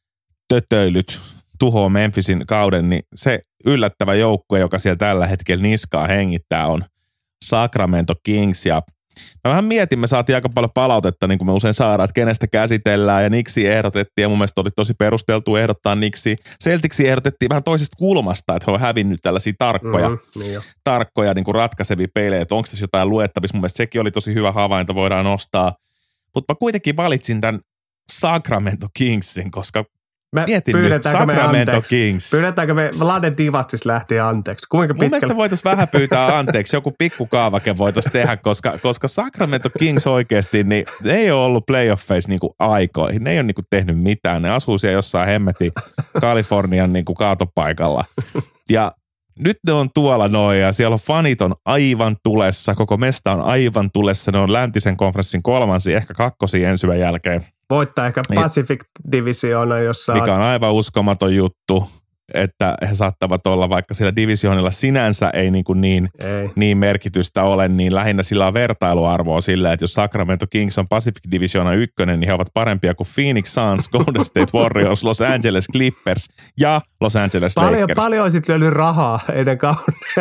tötöilyt tuhoaa Memphisin kauden, niin se yllättävä joukkue, joka siellä tällä hetkellä niskaa hengittää, on Sacramento Kings. Ja mä vähän mietin, me saatiin aika paljon palautetta, niin kuin me usein saadaan, että kenestä käsitellään, ja Nixi ehdotettiin, ja mun mielestä oli tosi perusteltu ehdottaa Nixi. Celticsi ehdotettiin vähän toisesta kulmasta, että he on hävinnyt tällaisia tarkkoja, mm-hmm, niin tarkkoja niin kuin ratkaisevia pelejä, että onko tässä jotain luettavissa. Mun mielestä sekin oli tosi hyvä havainto, voidaan nostaa. Mutta mä kuitenkin valitsin tämän Sacramento Kingsin, koska me mietin nyt, Sacramento Kings. Pyydetäänkö me, Vlade Divacis lähti anteeksi. Kuinka pitkällä? Mun mielestä voitaisiin vähän pyytää anteeksi, joku pikkukaavake voitaisiin tehdä, koska, koska Sacramento Kings oikeasti, niin ne ei ole ollut playoffeissa niinku aikoihin. Ne ei ole niinku tehnyt mitään. Ne asuu siellä jossain hemmetin Kalifornian niinku kaatopaikalla. Ja nyt ne on tuolla noin ja siellä on fanit on aivan tulessa, koko mesta on aivan tulessa. Ne on läntisen konferenssin kolmansi, ehkä kakkosi ensi yön jälkeen. Voittaa ehkä Pacific Divisiona, jossa mikä on aivan uskomaton juttu, että he saattavat olla, vaikka sillä divisioonilla sinänsä ei niin, kuin niin, ei niin merkitystä ole, niin lähinnä sillä on vertailuarvoa sillä, että jos Sacramento Kings on Pacific Divisiona ykkönen, niin he ovat parempia kuin Phoenix Suns, Golden State Warriors, Los Angeles Clippers ja Los Angeles paljon, Lakers. Paljon olisit lyönyt rahaa ennen kauden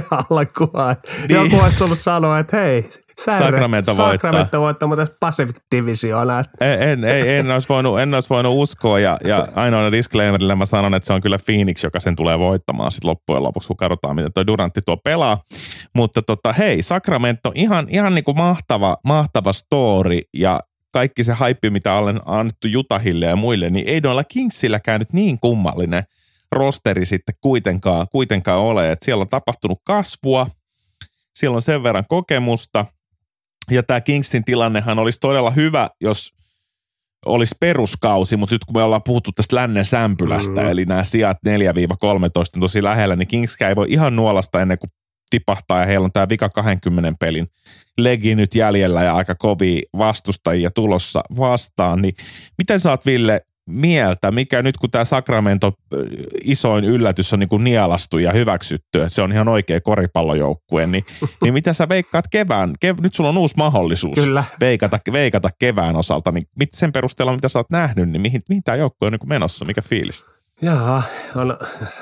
alkua. Niin. Joku olisi tullut sanoa, että hei, Särre, Sacramento voittaa. Sacramento voittaa, mutta Pacific Divisiona. En, en, en, en, olisi voinut, en olisi voinut uskoa ja, ja ainoana disclaimerilla mä sanon, että se on kyllä Phoenix, joka sen tulee voittamaan sitten loppujen lopuksi, kun katsotaan, miten toi Durantti tuo pelaa. Mutta tota, hei, Sacramento, ihan, ihan niin kuin mahtava, mahtava story ja kaikki se haippi, mitä olen annettu Utahille ja muille, niin ei noilla Kingsilläkään nyt niin kummallinen rosteri sitten kuitenkaan, kuitenkaan ole. Että siellä on tapahtunut kasvua, siellä on sen verran kokemusta. Ja tämä Kingsin tilannehan olisi todella hyvä, jos olisi peruskausi, mutta nyt kun me ollaan puhuttu tästä lännen sämpylästä, mm. eli nämä sijat neljä kolmetoista tosi lähellä, niin Kingskään ei voi ihan nuolasta ennen kuin tipahtaa, ja heillä on tämä vika kaksikymmentä pelin legi nyt jäljellä ja aika kovia vastustajia tulossa vastaan, niin miten sä oot, Ville, mieltä, mikä nyt kun tämä Sacramento isoin yllätys on niin kuin nielastu ja hyväksytty, että se on ihan oikea koripallojoukkue, niin, niin mitä sä veikkaat kevään? Kev, nyt sulla on uusi mahdollisuus Kyllä. Veikata, veikata kevään osalta, niin mit, sen perusteella, mitä sä oot nähnyt, niin mihin, mihin tämä joukkue on niin kuin menossa, mikä fiilis? Jaa, on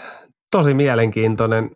tosi mielenkiintoinen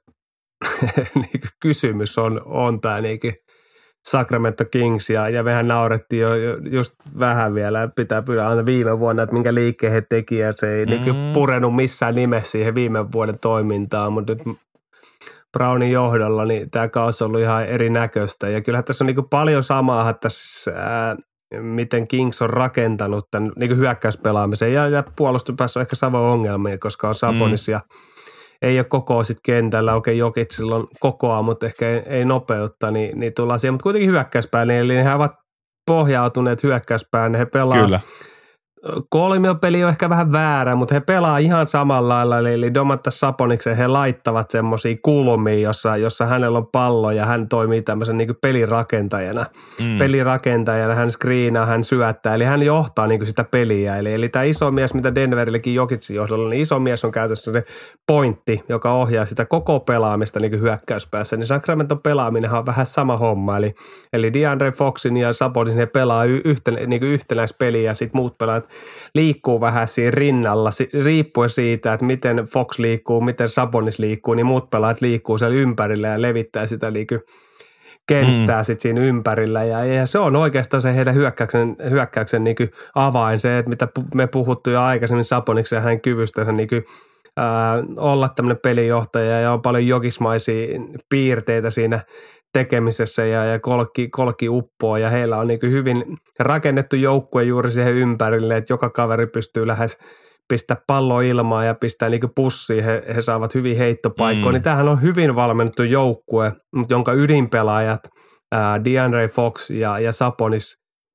kysymys on, on tämä niin Sacramento Kings, ja, ja mehän naurettiin jo, jo just vähän vielä, että pitää pyydä aina viime vuonna, että minkä liikkeen he teki, ja se ei mm. niin purenut missään nimessä siihen viime vuoden toimintaan, mutta nyt Brownin johdolla niin tämä kausi on ollut ihan erinäköistä, ja kyllähän tässä on niin paljon samaa tässä, ää, miten Kings on rakentanut tämän niin hyökkäyspelaamisen, ja, ja puolustuspäässä on ehkä sama ongelmia, koska on Sabonis mm. ja ei ole kokoa sitten kentällä, okei Jokicilla on kokoa, mutta ehkä ei, ei nopeutta, niin, niin tullaan siihen, mutta kuitenkin hyökkäyspään, eli he ovat pohjautuneet hyökkäyspään, he pelaa. Kyllä. Kolmiopeli on ehkä vähän väärä, mutta he pelaa ihan samalla lailla, eli, eli Domantas Saboniksen he laittavat semmoisia kulmia, jossa, jossa hänellä on pallo ja hän toimii tämmöisen niin kuin pelirakentajana. Mm. Pelirakentajana hän screenaa, hän syöttää, eli hän johtaa niin kuin sitä peliä. Eli, eli tämä iso mies, mitä Denverillekin Jokicin johdolla, niin iso mies on käytössä se pointti, joka ohjaa sitä koko pelaamista niin kuin hyökkäyspäässä. Niin Sacramento pelaaminen on vähän sama homma, eli, eli DeAndre Foxin ja Sabonin he pelaa yhte, niin kuin yhtenäispeliä ja sitten muut pelaat liikkuu vähän siinä rinnalla, riippuen siitä, että miten Fox liikkuu, miten Sabonis liikkuu, niin muut pelaat liikkuu siellä ympärillä ja levittää sitä niin kenttää mm. sitten siinä ympärillä. Ja, ja se on oikeastaan se heidän hyökkäyksen, hyökkäyksen niin avain, se, että mitä me puhuttu jo aikaisemmin Saboniksen ja hänen kyvystänsä niin kuin, ää, olla tämmöinen pelijohtaja ja on paljon jokismaisia piirteitä siinä tekemisessä ja, ja kolkki, kolkki uppoo ja heillä on niin kuin hyvin rakennettu joukkue juuri siihen ympärille, että joka kaveri pystyy lähes pistää palloa ilmaan ja pistää niin kuin pussiin, he, he saavat hyvin heittopaikkoja, mm. niin tämähän on hyvin valmennettu joukkue, mutta jonka ydinpelaajat ää, DeAndre Fox ja, ja Sabonis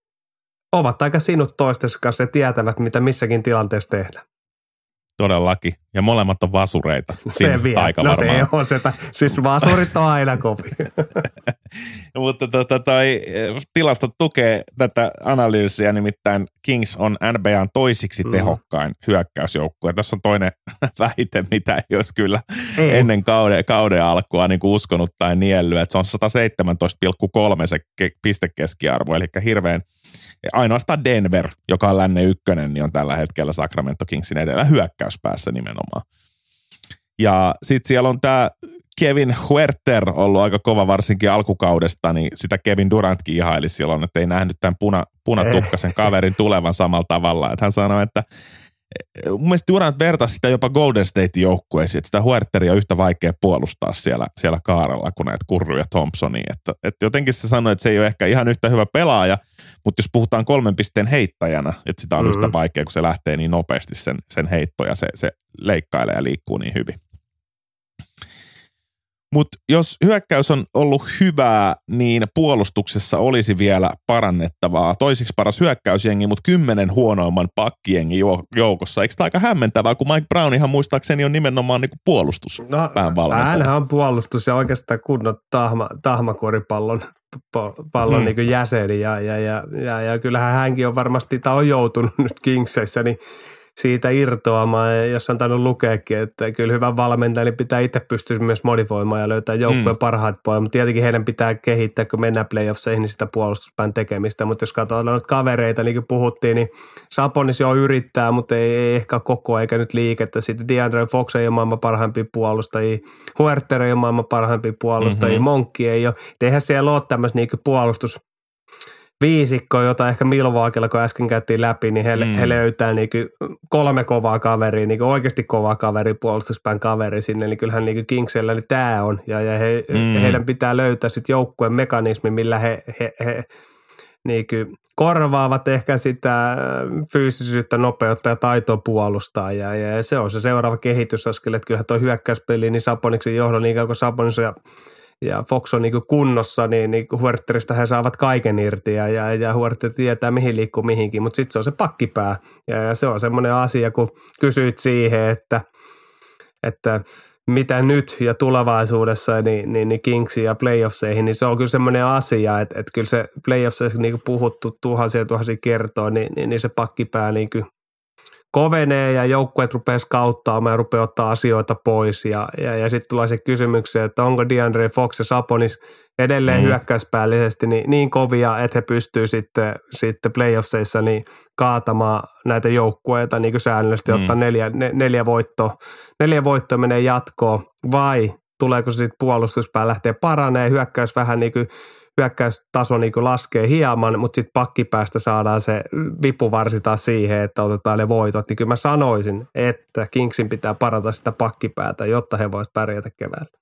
ovat aika sinut toistensa kanssa ja tietävät, mitä missäkin tilanteessa tehdään. Todellakin. Ja molemmat on vasureita. Se vielä. No se on se. Siis vasurit on aina kovia. Mutta tota, toi tilasto tukee tätä analyysiä, nimittäin Kings on N B A:n toisiksi tehokkain mm. hyökkäysjoukkue. Tässä on toinen väite, mitä ei olisi kyllä ei. ennen kauden, kauden alkua niin kuin uskonut tai niellyt, että se on sata seitsemäntoista pilkku kolme se pistekeskiarvo, eli hirveän ainoastaan Denver, joka on lännen ykkönen, niin on tällä hetkellä Sacramento Kingsin edellä hyökkäyspäässä nimenomaan. Ja sitten siellä on tämä Kevin Huerter ollut aika kova varsinkin alkukaudesta, niin sitä Kevin Durantkin ihaili silloin, että ei nähnyt tämän puna, punatukkaisen kaverin tulevan samalla tavalla. Että hän sanoi, että mun mielestä Durant vertasi sitä jopa Golden State-joukkueisiin, että sitä Huerteria on yhtä vaikea puolustaa siellä, siellä kaarella kuin näitä Kurru ja Thompsonia. Että, että jotenkin se sanoi, että se ei ole ehkä ihan yhtä hyvä pelaaja, mutta jos puhutaan kolmen pisteen heittäjänä, että sitä on mm-hmm. yhtä vaikea, kun se lähtee niin nopeasti sen, sen heitto ja se, se leikkailee ja liikkuu niin hyvin. Mutta jos hyökkäys on ollut hyvää, niin puolustuksessa olisi vielä parannettavaa. Toisiksi paras hyökkäysjengi, mutta kymmenen huonoimman pakkijengi joukossa. Eikö tämä aika hämmentävää, kun Mike Brown ihan muistaakseni on nimenomaan niinku puolustus no, hänhän on puolustus ja oikeastaan kunnon tahma, tahmakoripallon pallon hmm. niin jäseni. Ja, ja, ja, ja, ja kyllähän hänkin on varmasti, tai on joutunut nyt Kingseissä, niin siitä irtoamaan, ja jos on tainnut lukeekin, että kyllä hyvä valmentaja, niin pitää itse pystyä myös modifoimaan ja löytää joukkueen mm. parhaat puolet, mutta tietenkin heidän pitää kehittää, kun mennään playoffseihin, niin sitä puolustuspään tekemistä, mutta jos katsotaan noita kavereita, niin kuin puhuttiin, niin Sabonis jo yrittää, mutta ei, ei ehkä koko eikä nyt liikettä, sitten DeAndre Fox ei ole maailman parhaimpia puolustajia, Huerter ei ole maailman parhaimpia puolustajia, mm-hmm. Monkki ei ole, eihän siellä ole tämmöistä niin puolustus viisikko, jota ehkä Milwaukeella, kun äsken käytiin läpi, niin he, mm. he löytää niinku kolme kovaa kaveria, niinku oikeasti kovaa kaveri, puolustuspään kaveri sinne, niin kyllähän niinku Kingsellä niin tämä on, ja, ja he, mm. heidän pitää löytää sitten joukkueen mekanismi, millä he, he, he niinku korvaavat ehkä sitä fyysisyyttä, nopeutta ja taitoa puolustaa, ja, ja se on se seuraava kehitysaskel, että kyllähän tuo hyökkäyspeli, niin Saboniksen johdon, niin kauan kuin Sabonis ja ja Fox on niin kunnossa, niin, niin Huerterista he saavat kaiken irti ja, ja, ja Huerter tietää, mihin liikkuu mihinkin, mutta sitten se on se pakkipää ja, ja se on semmoinen asia, kun kysyit siihen, että, että mitä nyt ja tulevaisuudessa niin, niin, niin Kingsiin ja playoffseihin, niin se on kyllä semmoinen asia, että, että kyllä se playoffseissa niin kuin puhuttu tuhansia tuhansia kertoo, niin, niin, niin se pakkipää niin kuin kovenee ja joukkueet rupeaa skauttaamaan ja rupeaa ottaa asioita pois. Ja, ja, ja sitten tulee se kysymykseen, että onko DeAndre Fox ja Sabonis edelleen mm. hyökkäyspäällisesti niin, niin kovia, että he pystyy sitten, sitten playoffseissa niin kaatamaan näitä joukkueita niin kuin säännöllisesti, mm. ottaa neljä, ne, neljä voittoa. Neljä voittoa menee jatkoon vai tuleeko se sitten puolustuspää lähtee paranee, hyökkäys vähän niin kuin hyökkäystaso niin kuin laskee hieman, mutta sitten pakkipäästä saadaan se vipuvarsi taas siihen, että otetaan ne voitot. Niin kyllä mä sanoisin, että Kingsin pitää parata sitä pakkipäätä, jotta he voisivat pärjätä keväällä.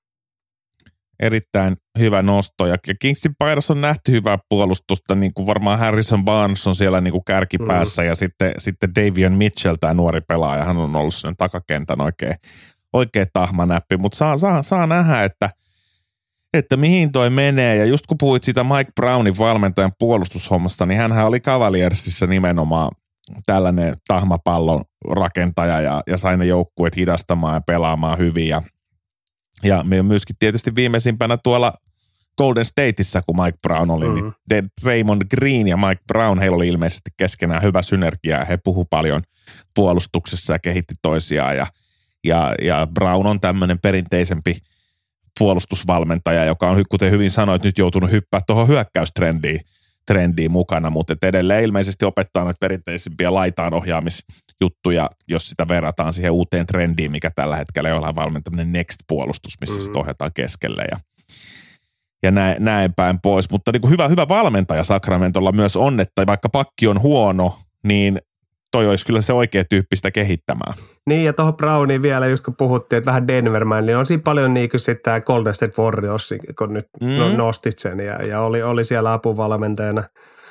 Erittäin hyvä nosto. Ja Kingsin paidassa on nähty hyvää puolustusta, niin kuin varmaan Harrison Barnes on siellä niin kuin kärkipäässä mm. ja sitten, sitten Davion Mitchell, tämä nuori pelaaja, hän on ollut sen takakentän oikein, oikein tahmanäppi, mutta saa, saa, saa nähdä, että että mihin toi menee. Ja just kun puhuit siitä Mike Brownin valmentajan puolustushommasta, niin hänhän oli Cavaliersissa nimenomaan tällainen tahmapallon rakentaja ja, ja sai ne joukkueet hidastamaan ja pelaamaan hyvin. Ja, ja me myöskin tietysti viimeisimpänä tuolla Golden Stateissa, kun Mike Brown oli, mm-hmm. niin Raymond Green ja Mike Brown, heillä oli ilmeisesti keskenään hyvä synergia. He puhu paljon puolustuksessa ja kehitti toisiaan. Ja, ja, ja Brown on tämmöinen perinteisempi puolustusvalmentaja, joka on, kuten hyvin sanoit, nyt joutunut hyppää tuohon hyökkäystrendiin trendiin mukana, mutta edelleen ilmeisesti opettaa näitä perinteisimpiä laitaan ohjaamisjuttuja, jos sitä verrataan siihen uuteen trendiin, mikä tällä hetkellä jollain valmentaminen next-puolustus, missä mm-hmm. sitä ohjataan keskelle ja, ja näin, näin päin pois. Mutta niin kuin hyvä, hyvä valmentaja Sacramentolla myös on, että vaikka pakki on huono, niin toi olisi kyllä se oikea tyyppi sitä kehittämään. Niin, ja tuohon Browniin vielä, just kun puhuttiin, että vähän Denverman, niin on siinä paljon niin kuin sitä Golden State Warriors, kun nyt mm. nostit sen, ja, ja oli, oli siellä apuvalmentajana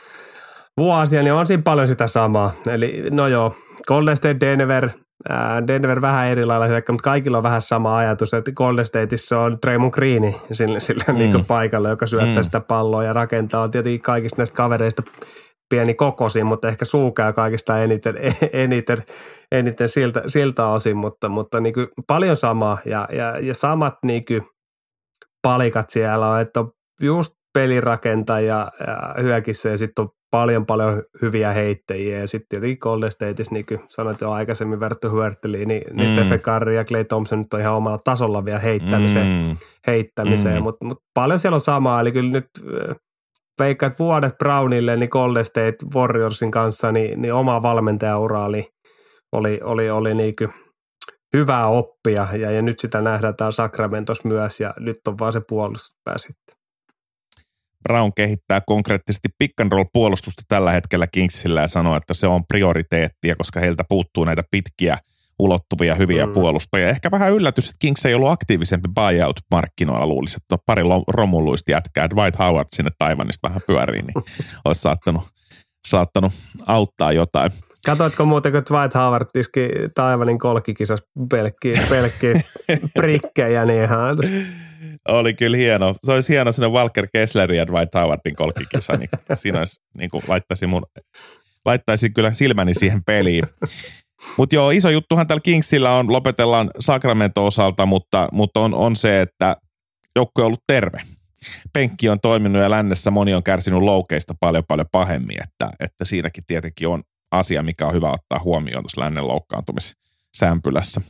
vuosia, niin on siinä paljon sitä samaa. Eli no joo, Golden State Denver, ää, Denver vähän eri lailla hyökkä, mutta kaikilla on vähän sama ajatus, että Golden Stateissa on Draymond Green sillä, sillä mm. niin kuin paikalla, joka syöttää mm. sitä palloa ja rakentaa. On tietenkin kaikista näistä kavereista pieni kokoisin, mutta ehkä suukää kaikista eniten, eniten, eniten siltä, siltä osin, mutta, mutta niin kuin paljon samaa ja, ja, ja samat niin kuin palikat siellä on, että on just pelirakentaja ja hyökissä ja sitten on paljon paljon hyviä heittäjiä ja sitten tietenkin Golden Stateissa, niin kuin sanoit jo aikaisemmin verrattu Huerteliin, niin, mm. niin Stephen Curry ja Klay Thompson nyt on ihan omalla tasolla vielä heittämiseen, mm. heittämiseen. Mm. mutta mut paljon siellä on samaa, eli kyllä nyt veikkaa, että vuodet Brownille, niin Golden State Warriorsin kanssa, niin, niin oma valmentajaura oli, oli, oli, oli niin kuin hyvää oppia ja, ja nyt sitä nähdään täällä Sacramentossa myös ja nyt on vaan se puolustuspää sitten. Brown kehittää konkreettisesti pick and roll puolustusta tällä hetkellä Kingsillä ja sanoo, että se on prioriteettia, koska heiltä puuttuu näitä pitkiä, ulottuvia, hyviä mm. puolustajia. Ehkä vähän yllätys, että Kings ei ollut aktiivisempi buyout-markkinoilla, luulisi, että pari romulluista jätkää Dwight Howard sinne Taiwanista vähän pyöriin, niin olisi saattanut, saattanut auttaa jotain. Katoitko muuten, kun Dwight Howard tiski Taiwanin kolkkikisassa pelkkiä, pelkkiä prikkejä, niin ihan... Oli kyllä hieno. Se olisi hieno sinne Walker Kesslerin ja Dwight Howardin kolkkikisa, niin siinä olisi, niin kuin laittaisin, mun, laittaisin kyllä silmäni siihen peliin. Mutta joo, iso juttuhan tällä Kingsillä on, lopetellaan Sacramento-osalta, mutta, mutta on, on se, että joukko on ollut terve. Penkki on toiminut ja lännessä moni on kärsinyt loukeista paljon paljon pahemmin, että, että siinäkin tietenkin on asia, mikä on hyvä ottaa huomioon tuossa lännen loukkaantumissämpylässä.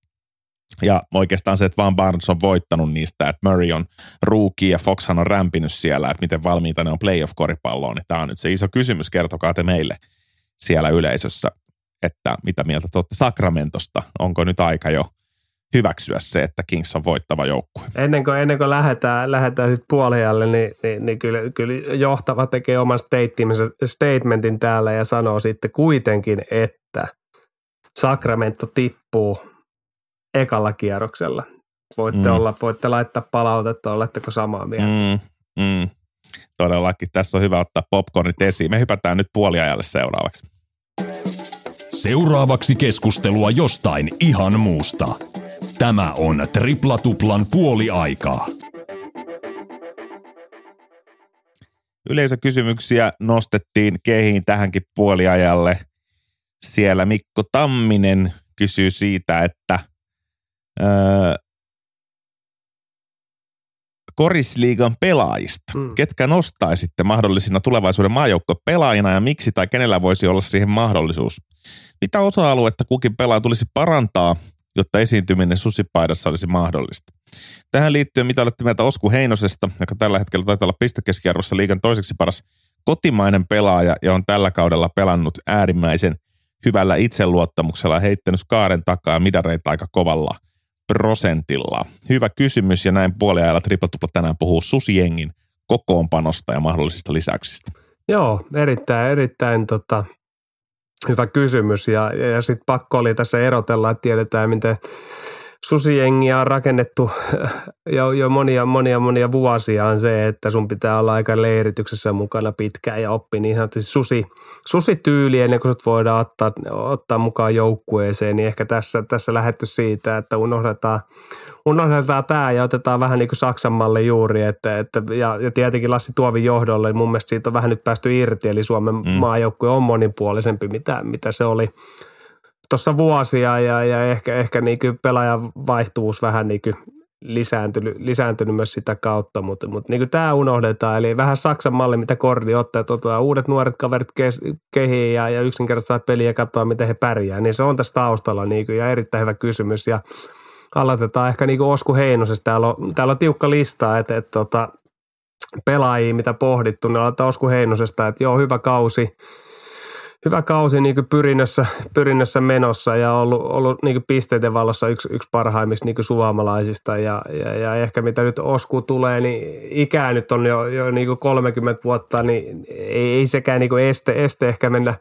Ja oikeastaan se, että Van Barnes on voittanut niistä, että Murray on rookie ja Foxhan on rämpinyt siellä, että miten valmiita ne on playoff-koripalloon, niin tämä on nyt se iso kysymys, kertokaa te meille siellä yleisössä, että mitä mieltä te olette Sacramentosta, onko nyt aika jo hyväksyä se, että Kings on voittava joukkue. Ennen kuin, ennen kuin lähdetään, lähdetään sitten puoliajalle, niin, niin, niin kyllä, kyllä johtava tekee oman statementin täällä ja sanoo sitten kuitenkin, että Sacramento tippuu ekalla kierroksella. Voitte, mm. olla, voitte laittaa palautetta, oletteko samaa mieltä? Mm, mm. Todellakin. Tässä on hyvä ottaa popcornit esiin. Me hypätään nyt puoliajalle seuraavaksi. Seuraavaksi keskustelua jostain ihan muusta. Tämä on Triplatuplan puoliaikaa. Yleisökysymyksiä nostettiin kehiin tähänkin puoliajalle. Siellä Mikko Tamminen kysyy siitä, että öö, Korisliigan pelaajista. Mm. Ketkä nostaisitte mahdollisina tulevaisuuden maajoukkuepelaajina ja miksi tai kenellä voisi olla siihen mahdollisuus? Mitä osa-aluetta kukin pelaaja tulisi parantaa, jotta esiintyminen susipaidassa olisi mahdollista? Tähän liittyen, mitä olette mieltä Osku Heinosesta, joka tällä hetkellä taitaa olla pistekeskiarvossa liigan toiseksi paras kotimainen pelaaja ja on tällä kaudella pelannut äärimmäisen hyvällä itseluottamuksella ja heittänyt kaaren takaa midareita aika kovalla prosentilla. Hyvä kysymys ja näin puoliajalla Triplatupla tänään puhuu susijengin kokoonpanosta ja mahdollisista lisäyksistä. Joo, erittäin, erittäin tota, hyvä kysymys ja, ja, ja sitten pakko oli tässä erotella, että tiedetään miten susijengiä on rakennettu jo, jo monia, monia, monia vuosia on se, että sun pitää olla aika leirityksessä mukana pitkään ja oppi niin sanotusti susi, susityyli ennen kuin sut voidaan ottaa, ottaa mukaan joukkueeseen, niin ehkä tässä, tässä lähdetty siitä, että unohdetaan, unohdetaan tämä ja otetaan vähän niin kuin Saksan malli juuri, että, että, ja, ja tietenkin Lassi Tuovin johdolle, niin mun mielestä siitä on vähän nyt päästy irti, eli Suomen mm. maajoukkue on monipuolisempi, mitä, mitä se oli tuossa vuosia ja, ja ehkä, ehkä niin kuin pelaajan vaihtuvuus vähän niin kuin lisääntynyt, lisääntynyt myös sitä kautta, mutta, mutta niin kuin tämä unohdetaan. Eli vähän Saksan malli, mitä Kordi ottaa, että ottaa uudet nuoret kaverit kehiin ja, ja yksinkertaisesti saa peliä ja katsoa, miten he pärjää. Niin se on tässä taustalla niin kuin, ja erittäin hyvä kysymys. Ja aloitetaan ehkä niin kuin Osku Heinosesta. Täällä on, täällä on tiukka lista, että, että, että pelaajia, mitä pohdittu, niin aloitetaan Osku Heinosesta, että joo, hyvä kausi. Hyvä kausi niin kuin pyrinnössä, pyrinnössä menossa ja ollut, ollut niin kuin pisteiden valossa yksi, yksi parhaimmista niin kuin suomalaisista ja, ja, ja ehkä mitä nyt Osku tulee, niin ikää nyt on jo, jo niin kuin kolmekymmentä vuotta, niin ei, ei sekään niin kuin este, este ehkä mennä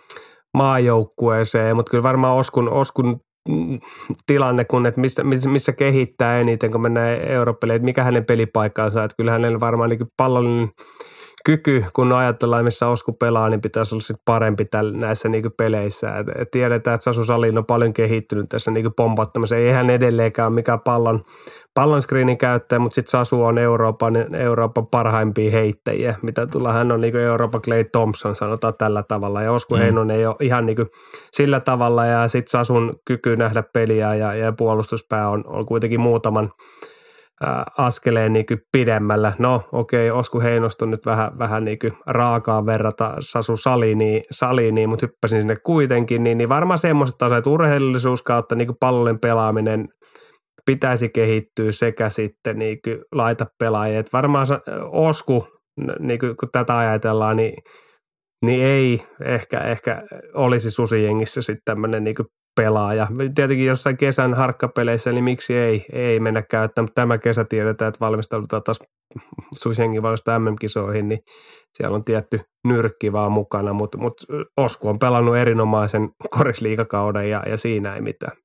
maajoukkueeseen, mutta kyllä varmaan Oskun, Oskun tilanne, kun että missä, missä kehittää eniten, kun mennään Eurooppalle, että mikä hänen pelipaikkaansa, että kyllä hänellä varmaan niin kuin pallollinen kyky, kun ajatellaan, missä Osku pelaa, niin pitäisi olla sitten parempi täl, näissä niinku peleissä. Et, et tiedetään, että Sasu Salin on paljon kehittynyt tässä niinku pompattamassa. Ei hän edelleenkään ole mikään pallon, pallon screenin käyttäjä, mutta sitten Sasu on Euroopan, Euroopan parhaimpia heittäjiä. Mitä tulee, hän on niinku Euroopan Klay Thompson, sanotaan tällä tavalla. Ja Osku mm. Heinonen ei ole ihan niinku sillä tavalla. Ja sitten Sasun kyky nähdä peliä ja, ja puolustuspää on, on kuitenkin muutaman askeleen niin kuin pidemmällä. No okei, okay, Osku Heinosto nyt vähän, vähän niin kuin raakaan verrata Sasu Saliniin, Saliniin mutta hyppäsin sinne kuitenkin, niin, niin varmaan semmoiset asiat, että urheilullisuus kautta niin kuin pallollinen pelaaminen pitäisi kehittyä sekä sitten niin kuin laitapelaajia. Että varmaan Osku, niin kuin, kun tätä ajatellaan, niin, niin ei ehkä, ehkä olisi Susijengissä sitten tämmöinen niin kuin pelaaja. Tietenkin jossain kesän harkkapeleissä, niin miksi ei, ei mennä käyttämään, mutta tämä kesä tiedetään, että valmistaudutaan taas Susijengin valmista M M-kisoihin, niin siellä on tietty nyrkki vaan mukana, mutta, mutta Osku on pelannut erinomaisen korisliigakauden ja, ja siinä ei mitään.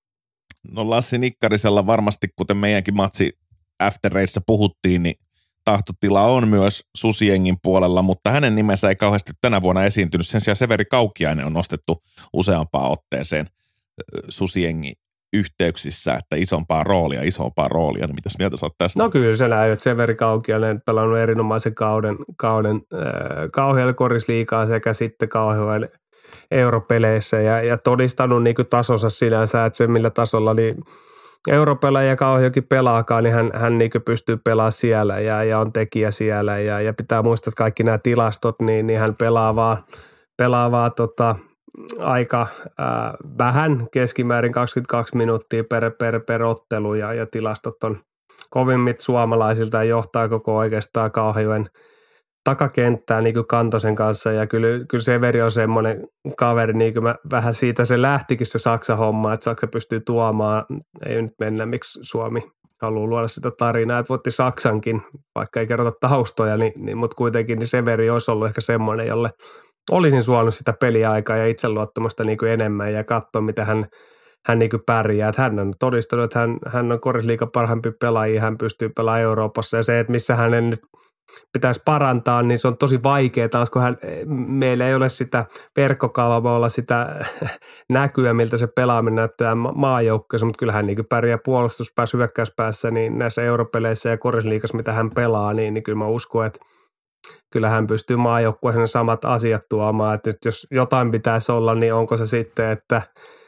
No Lassi Nikkarisella varmasti, kuten meidänkin matsi aftereissa puhuttiin, niin tahtotila on myös Susijengin puolella, mutta hänen nimensä ei kauheasti tänä vuonna esiintynyt. Sen sijaan Severi Kaukiainen on nostettu useampaan otteeseen Susijengin yhteyksissä, että isompaa roolia, isompaa roolia. Niin mitäs mieltä sä oot tästä? No kyllä se näin, että Severi Kaukiainen pelannut erinomaisen kauden, kauden äh, kauhealla korisliigaa sekä sitten kauhealla europeleissä ja, ja todistanut niin kuin tasonsa sinänsä, että se millä tasolla niin europelaaja Kauhajoki pelaakaan, niin hän, hän niin pystyy pelaamaan siellä ja, ja on tekijä siellä ja, ja pitää muistaa, että kaikki nämä tilastot, niin, niin hän pelaa vaan, pelaa vaan tota, aika ää, vähän, keskimäärin kaksikymmentäkaksi minuuttia per, per, per ottelu ja, ja tilastot on kovimmit suomalaisilta ja johtaa koko oikeastaan Kauhajoen takakenttää niin kuin Kantosen kanssa ja kyllä, kyllä Severi on semmoinen kaveri, niin kuin mä, vähän siitä se lähtikin se Saksa-homma, että Saksa pystyy tuomaan, ei nyt mennä, miksi Suomi haluaa luoda sitä tarinaa, että voitti Saksankin, vaikka ei kerrota taustoja, niin, niin, mutta kuitenkin niin Severi olisi ollut ehkä semmoinen, jolle olisin suonut sitä peliaikaa ja itseluottamusta niin kuin enemmän ja katsoa, mitä hän, hän niin kuin pärjää. Että hän on todistanut, että hän, hän on korisliigan parhaimpi pelaaja, hän pystyy pelaamaan Euroopassa ja se, että missä hänen nyt pitäisi parantaa, niin se on tosi vaikea taas, kun hän, meillä ei ole sitä verkkokalvoilla sitä näkyä, miltä se pelaaminen näyttää maajoukkueessa, mutta kyllähän niin pärjää puolustuspäässä, hyökkäyspäässä, niin näissä europeleissä ja korisliigassa, mitä hän pelaa, niin, niin kyllä mä uskon, että kyllä hän pystyy maajoukkueessa ne samat asiat tuomaan, että nyt jos jotain pitäisi olla, niin onko se sitten, että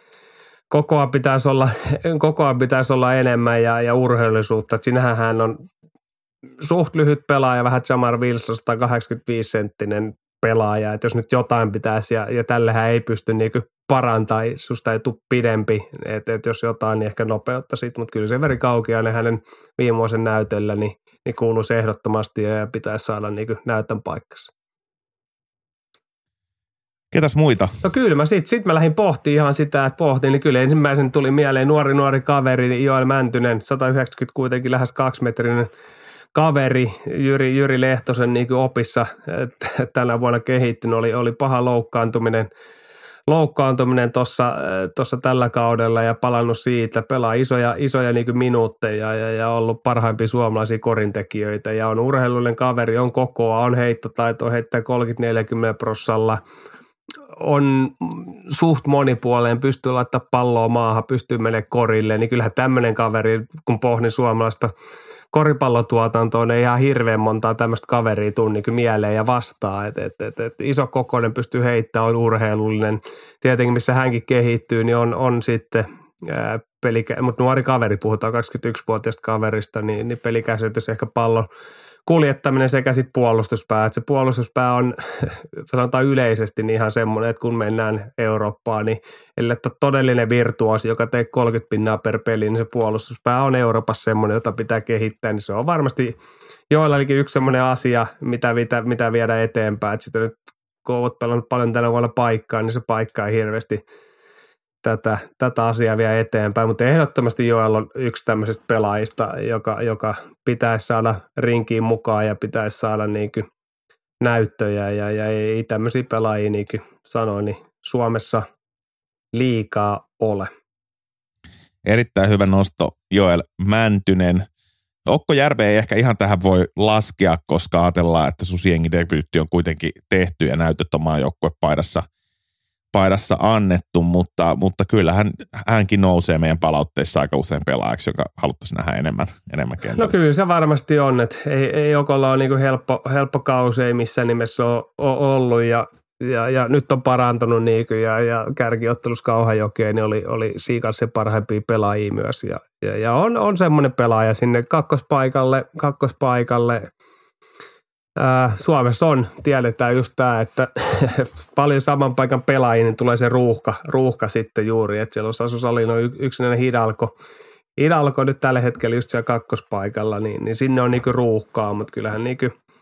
koko ajan pitäisi olla, koko ajan pitäisi olla enemmän ja, ja urheilullisuutta, että sinähän hän on suht lyhyt pelaaja, vähän Jamar Wilson, sata kahdeksankymmentäviisi senttinen pelaaja, että jos nyt jotain pitäisi, ja, ja tällähän ei pysty niinku parantaa, susta ei tule pidempi, että et jos jotain, niin ehkä nopeutta siitä, mutta kyllä Severi Kaukiainen hänen viime vuosien näytöllä, niin, niin kuuluisi ehdottomasti ja pitäisi saada niinku näytön paikkansa. Ketäs muita? No kyllä mä sit, sit mä lähdin pohtimaan ihan sitä, että pohtin, niin kyllä ensimmäisen tuli mieleen nuori nuori kaveri, niin Joel Mäntynen, sata yhdeksänkymmentä kuitenkin lähes kaksimetrinen kaveri, Jyri, Jyri Lehtosen niin kuin opissa tänä vuonna kehittynyt, oli, oli paha loukkaantuminen, loukkaantuminen tuossa tossa tällä kaudella ja palannut siitä, pelaa isoja, isoja niin kuin minuutteja ja, ja ollut parhaimpia suomalaisia korintekijöitä ja on urheilullinen kaveri, on kokoa, on heittotaito, heittää kolmekymmentä neljäkymmentä prosentilla, on suht monipuoleen, pystyy laittamaan palloa maahan, pystyy menemään korille, niin kyllähän tämmöinen kaveri, kun pohdin suomalaista koripallotuotantoon, ei ihan hirveän montaa tämmöistä kaveria tule niin mieleen ja vastaa, että et, et, et iso kokoinen pystyy heittämään, on urheilullinen. Tietenkin missä hänkin kehittyy, niin on, on sitten ää, pelikä, mutta nuori kaveri, puhutaan kaksikymmentäyksivuotiaasta kaverista, niin, niin pelikäsitys ehkä pallon kuljettaminen sekä sitten puolustuspää. Että se puolustuspää on, sanotaan yleisesti, niin ihan semmoinen, että kun mennään Eurooppaan, niin ellei ole todellinen virtuosi, joka tee kolmekymmentä pinnaa per peli, niin se puolustuspää on Euroopassa semmoinen, jota pitää kehittää. Niin se on varmasti joillakin yksi semmoinen asia, mitä, mitä, mitä viedä eteenpäin. Että sitten nyt kun olet pelannut paljon tänä vuonna paikkaa, niin se paikka ei hirveästi Tätä, tätä asiaa vielä eteenpäin, mutta ehdottomasti Joel on yksi tämmöisistä pelaajista, joka, joka pitäisi saada rinkiin mukaan ja pitäisi saada niin kuin näyttöjä ja, ja ei tämmöisiä pelaajia, niin kuin sanoin, niin Suomessa liikaa ole. Erittäin hyvä nosto Joel Mäntynen. Okko Järve ei ehkä ihan tähän voi laskea, koska ajatellaan, että Susijengin debyytti on kuitenkin tehty ja näytöt on maajoukkuepaidassa paidassa annettu, mutta, mutta kyllä hän, hänkin nousee meidän palautteissa aika usein pelaajaksi, joka haluttaisiin nähdä enemmän, enemmän kentällä. No kyllä se varmasti on, että ei, ei Okolla ole niin kuin helppo, helppo kausi, ei missään nimessä ole, ole ollut ja ja, ja nyt on parantunut niin kuin, ja, ja kärkiottelussa Kauhajokeen niin oli, oli Seagullsin parhaimpia pelaajia myös. Ja, ja, ja on, on semmoinen pelaaja sinne kakkospaikalle, kakkospaikalle. Ää, Suomessa on, tiedetään just tämä, että paljon saman paikan pelaajia, niin tulee se ruuhka, ruuhka sitten juuri, että siellä on Sasu Salino yksinäinen Hidalko. Hidalko nyt tällä hetkellä just siellä kakkospaikalla, niin, niin sinne on niinku ruuhkaa, mutta kyllähän niinku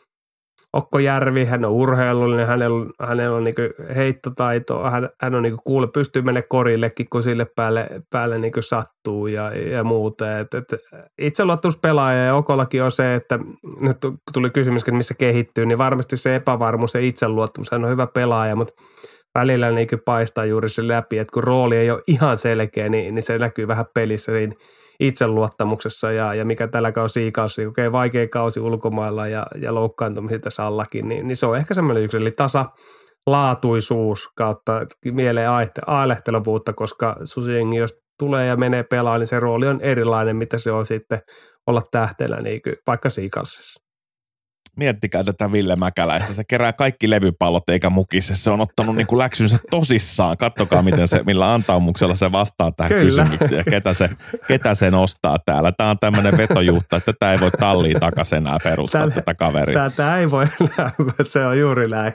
Okko Järvi, hän on urheilullinen, hänellä, hänellä on niinku heittotaito, hän, hän on niinku kuule, pystyy mennä korillekin, kun sille päälle, päälle niinku sattuu ja, ja muuta. Et, et itseluottamuspelaaja ja Okollakin on se, että nyt tuli kysymys, että missä kehittyy, niin varmasti se epävarmuus ja itseluottamus, hän on hyvä pelaaja, mutta välillä niinku paistaa juuri se läpi, että kun rooli ei ole ihan selkeä, niin, niin se näkyy vähän pelissä, niin itseluottamuksessa ja, ja mikä tällä kausi Seagulls, niin okei, vaikea kausi ulkomailla ja, ja loukkaantumisia tässä allakin, niin, niin se on ehkä semmoinen yksi, eli tasalaatuisuus kautta mieleen ailehtelevuutta, koska susijengi, jos tulee ja menee pelaa, niin se rooli on erilainen, mitä se on sitten olla tähtenä, niin kuin vaikka Seagullsissa. Miettikää tätä Ville Mäkäläistä. Se kerää kaikki levypallot eikä mukise. Se on ottanut niin kuin läksynsä tosissaan. Kattokaa, miten se, millä antaumuksella se vastaa tähän Kyllä. kysymykseen ja ketä se, ketä se nostaa täällä. Tämä on tämmöinen vetojuutta, että tätä ei voi talliin takaisin enää perustaa tätä, tätä kaveria. Tätä ei voi enää, se on juuri näin.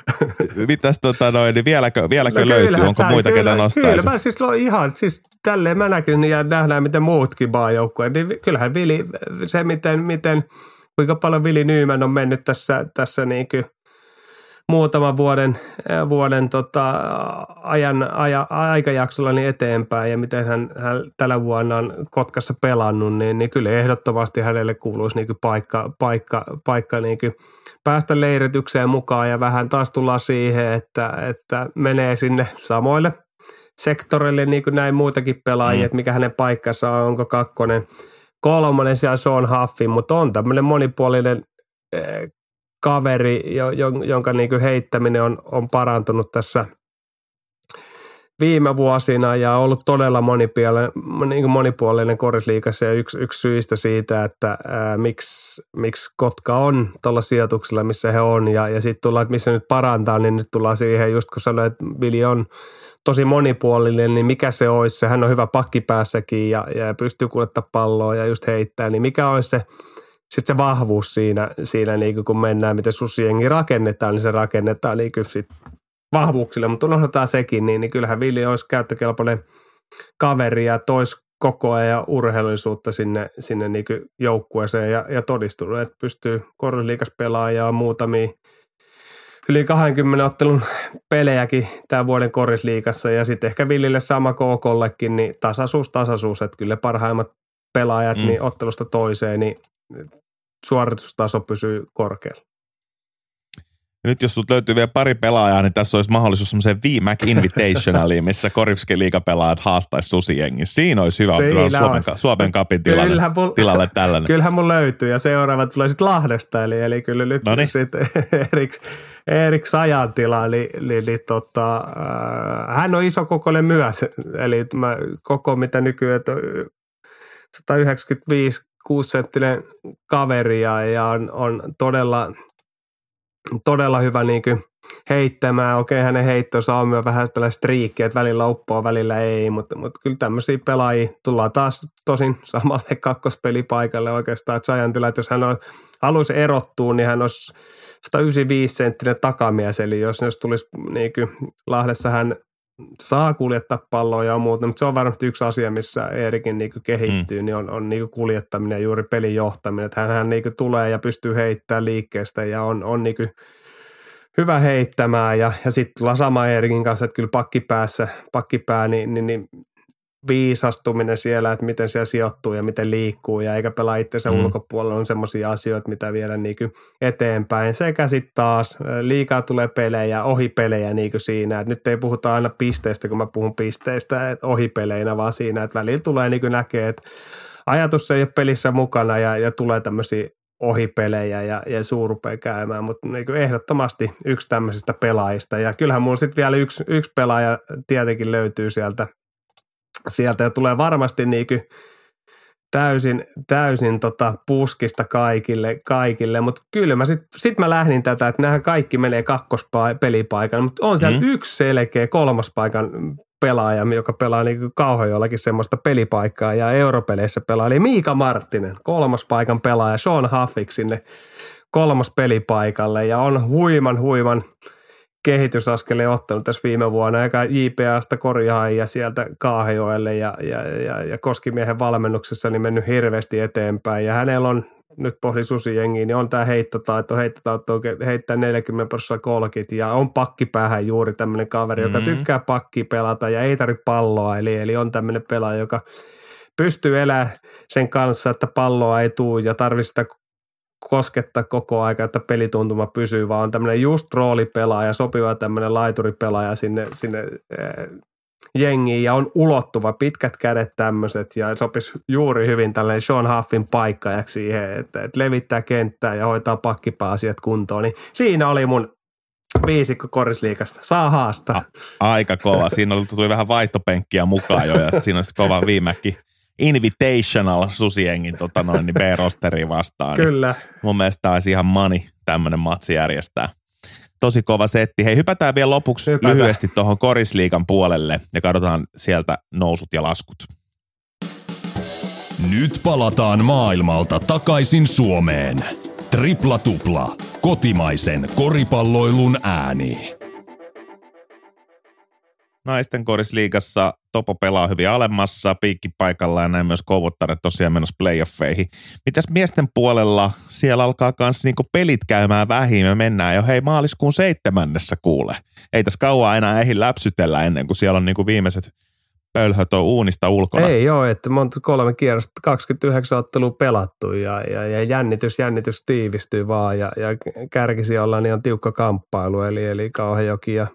Mitäs tota noin, niin vieläkö, vieläkö no löytyy? Onko tämä, muita, kyllä, ketä nostaisi? Kyllä, mä siis ihan, siis tälleen mä näkin ja nähdään, miten muutkin maajoukkueet. Niin kyllähän Vili, se miten, miten kuinka paljon Vili Nyman on mennyt tässä, tässä niin kuin muutaman vuoden, vuoden tota, ajan, aja, aikajaksolla niin eteenpäin ja miten hän, hän tällä vuonna on Kotkassa pelannut, niin, niin kyllä ehdottomasti hänelle kuuluisi niin kuin paikka, paikka, paikka niin kuin päästä leiritykseen mukaan ja vähän taas tullaan siihen, että, että menee sinne samoille sektorille niin kuin näin muitakin pelaajia, mm. että mikä hänen paikkansa on, onko kakkonen, kolmonen siellä Sean Huffin, mutta on tämmöinen monipuolinen äh, kaveri, jo, jonka niinku heittäminen on, on parantunut tässä viime vuosina ja ollut todella monipuolinen, niin monipuolinen korisliigassa ja yksi, yksi syistä siitä, että ää, miksi, miksi Kotka on tuolla sijoituksella, missä he on ja, ja sitten tullaan, että missä nyt parantaa, niin nyt tullaan siihen, just kun sanoin, että Vili on tosi monipuolinen, niin mikä se olisi, hän on hyvä pakkipäässäkin ja, ja pystyy kuljettamaan palloa ja just heittää, niin mikä olisi se sitten se vahvuus siinä, siinä niin kun mennään, miten susijengi rakennetaan, niin se rakennetaan niin sit vahvuuksille, mutta unohdetaan sekin, niin, niin kyllähän Vili olisi käyttökelpoinen kaveri ja toisi koko ajan urheilullisuutta sinne, sinne niin joukkueeseen ja, ja todistunut, että pystyy korisliigas pelaamaan muutamia yli kaksikymmentä ottelun pelejäkin tämän vuoden korisliigassa ja sitten ehkä Villille sama Kokollekin, niin tasaisuus, tasaisuus, että kyllä parhaimmat pelaajat mm. niin ottelusta toiseen, niin suoritustaso pysyy korkealla. Nyt jos sut löytyy vielä pari pelaajaa, niin tässä olisi mahdollisuus semmoiseen V-Mac Invitationaliin, missä Korivski liigapelaajat haastaisi susijengissä. Siinä olisi hyvä ottaa Suomen, Suomen kapin tilalle, mul, tilalle tällainen. Kyllähän mun löytyy ja seuraava tulee sitten Lahdesta, eli, eli kyllä nyt sitten Erik, Erik Sajan tila, eli, eli, eli tota, äh, hän on isokokoinen myös, eli mä, koko mitä nykyään sata yhdeksänkymmentäviisi kuusisenttinen kaveri ja, ja on, on todella, todella hyvä niin kuin heittämään. Okei, hänen heittonsa on myös vähän tällainen striikki, että välillä uppoa, välillä ei, mutta, mutta kyllä tämmöisiä pelaajia tullaan taas tosin samalle kakkospelipaikalle oikeastaan. Giantilla, että jos hän on, haluaisi erottua, niin hän olisi sata yhdeksänkymmentäviisi senttinen takamies, eli jos, jos tulisi niin kuin Lahdessa hän saa kuljettaa palloa ja muuta, mutta se on varmasti yksi asia, missä Eerikin niinku kehittyy, mm. niin on, on niinku kuljettaminen ja juuri pelin johtaminen. Että hänhän niinku tulee ja pystyy heittämään liikkeestä ja on, on niinku hyvä heittämään. Ja, ja sitten tullaan sama Eerikin kanssa, että kyllä pakkipäässä, pakkipää, niin, niin, niin viisastuminen siellä, että miten siellä sijoittuu ja miten liikkuu ja eikä pelaa itsensä mm. ulkopuolella, on semmoisia asioita, mitä viedä niinku eteenpäin. Sekä sitten taas liikaa tulee pelejä, ohipelejä niinku siinä, että nyt ei puhuta aina pisteistä, kun mä puhun pisteistä, että ohipeleinä, vaan siinä, että välillä tulee niinku näkee, että ajatus ei ole pelissä mukana ja, ja tulee tämmöisiä ohipelejä ja, ja suu rupeaa käymään, mutta niinku ehdottomasti yksi tämmöisistä pelaajista ja kyllähän mulla sitten vielä yksi, yksi pelaaja tietenkin löytyy sieltä Sieltä ja tulee varmasti niinku täysin, täysin tota puskista kaikille, kaikille. Mutta kyllä mä sitten sit mä lähdin tätä, että nämä kaikki menee kakkospelipaikalle, mutta on siellä mm. yksi selkeä kolmospaikan pelaaja, joka pelaa niin Kauhajoellakin semmoista pelipaikkaa ja europeleissä pelaa, eli Miika Marttinen, kolmospaikan pelaaja, Sean Huffik sinne kolmas pelipaikalle ja on huiman huiman kehitysaskeleen ottanut tässä viime vuonna, joka J P A:sta korjaajia sieltä Kauhajoelle ja, ja, ja, ja Koskimiehen valmennuksessa niin mennyt hirveästi eteenpäin ja hänellä on nyt pohdi susijengiin, niin on tämä heittotaito, heittotaito heittää neljäkymmentä prosenttia kolkit ja on pakkipäähän juuri tämmöinen kaveri, mm-hmm. joka tykkää pakkia pelata ja ei tarvitse palloa, eli, eli on tämmöinen pelaaja, joka pystyy elämään sen kanssa, että palloa ei tule ja tarvitse sitä koskettaa koko aika, että pelituntuma pysyy, vaan on tämmöinen just roolipelaaja, sopiva tämmöinen laituripelaaja sinne, sinne äh, jengiin ja on ulottuva, pitkät kädet tämmöiset ja sopisi juuri hyvin tällainen Sean Huffin paikkajaksi siihen, että, että levittää kenttää ja hoitaa pakkipääasiat kuntoon, niin siinä oli mun viisikko Korisliigasta. Saa haastaa. A- aika kova. Siinä tuli vähän vaihtopenkkiä mukaan jo ja siinä olisi kova viimekin Invitational susiengin tota noin, niin B-rosteriin vastaan. Kyllä. Niin mun mielestä olisi ihan mani tämmöinen matsi järjestää. Tosi kova setti. Hei, hypätään vielä lopuksi Hypätään. lyhyesti tuohon Korisliigan puolelle ja katsotaan sieltä nousut ja laskut. Nyt palataan maailmalta takaisin Suomeen. Tripla tupla. Kotimaisen koripalloilun ääni. Naisten Korisliigassa Topo pelaa hyvin alemmassa, piikkipaikalla ja näin myös Kouvottare tosiaan menossa playoffeihin. Mitäs miesten puolella? Siellä alkaa myös niinku pelit käymään vähin. Me mennään jo hei maaliskuun seitsemännessä kuule. Ei tässä kauan enää ehdi läpsytellä ennen kuin siellä on niinku viimeiset pölhöt on uunista ulkona. Ei joo, että monta kolme kierrosta, kaksikymmentäyhdeksän ottelua pelattu ja, ja, ja jännitys, jännitys tiivistyy vaan ja, ja kärkisijalla niin on tiukka kamppailu, eli, eli Kauhajoki ja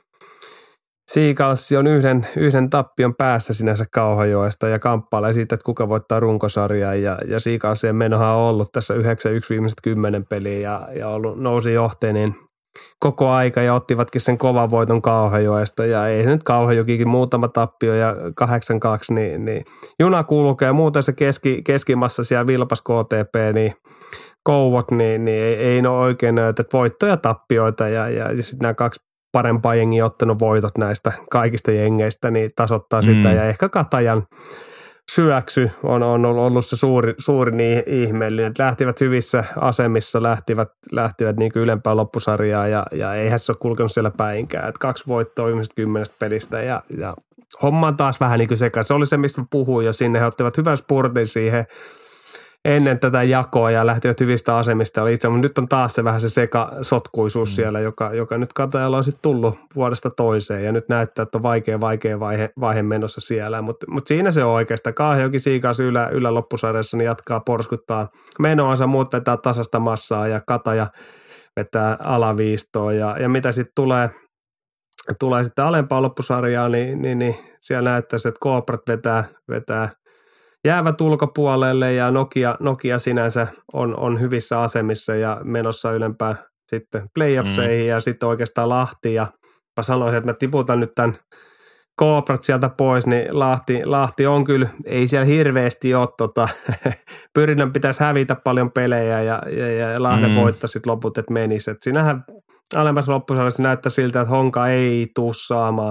Seagulls on yhden, yhden tappion päässä sinänsä Kauhajoesta ja kamppailee siitä, että kuka voittaa runkosarjaa ja, ja Seagullsien menohan on ollut tässä yhdeksän yksi viimeiset kymmenen peliä ja, ja ollut, nousi johteen niin koko aika ja ottivatkin sen kovan voiton Kauhajoesta ja ei se nyt Kauhajokikin muutama tappio ja kahdeksan kaksi, niin, niin juna kulkee. Muuten se keski, keskimassa siellä Vilpas K T P, niin Kouvot, niin, niin ei, ei ole oikein näytä, että voittoja ja tappioita ja, ja, ja sitten nämä kaksi parempaa jengiä ottanut voitot näistä kaikista jengeistä, niin tasoittaa mm. sitä ja ehkä Katajan syöksy on, on ollut se suuri, suuri niin ihmeellinen. Lähtivät hyvissä asemissa, lähtivät, lähtivät niin kuin ylempään loppusarjaa ja, ja eihän se ole kulkenut siellä päinkään. Et kaksi voittoa viimeisestä kymmenestä pelistä ja, ja homma on taas vähän niin kuin sekaan. Se oli se, mistä mä puhuin jo sinne. He ottivat hyvän spurtin siihen ennen tätä jakoa ja lähtivät hyvistä asemista. Oli itse, mutta nyt on taas se vähän se sekasotkuisuus mm. siellä, joka, joka nyt Katajalla on sitten tullut vuodesta toiseen ja nyt näyttää, että on vaikea, vaikea vaihe, vaihe menossa siellä, mutta mut siinä se on oikeastaan. Kauhajoki Seagulls ylä, ylä loppusarjassa niin jatkaa porskuttaa menoansa, muut vetää tasasta massaa ja Kataja vetää alaviistoa ja, ja mitä sitten tulee, tulee sitten alempaa loppusarjaa, niin, niin, niin siellä näyttäisi, että Kooprat vetää, vetää jäävät ulkopuolelle ja Nokia, Nokia sinänsä on, on hyvissä asemissa ja menossa ylempää sitten playoffseihin mm. ja sitten oikeastaan Lahti ja mä sanoisin, että mä tiputan nyt tämän Kooprat sieltä pois, niin Lahti, Lahti on kyllä, ei siellä hirveästi ole tota, pyrinnän pitäisi hävitä paljon pelejä ja, ja, ja Lahden mm. voittaa sitten loput, että menisi. Et siinähän alemmassa loppusarjassa näyttää siltä, että Honka ei tuu saamaan.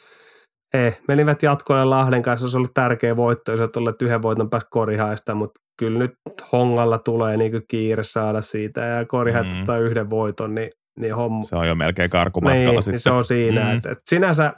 He menivät jatkoille Lahden kanssa, se olisi ollut tärkeä voitto, jos olet olleet yhden voiton päästä Korihaista, mutta kyllä nyt Hongalla tulee niin kuin kiire saada siitä ja Koriha mm. ottaa yhden voiton, niin, niin homma. Se on jo melkein karkumatkalla niin, sitten. Niin se on siinä, mm. että, että sinänsä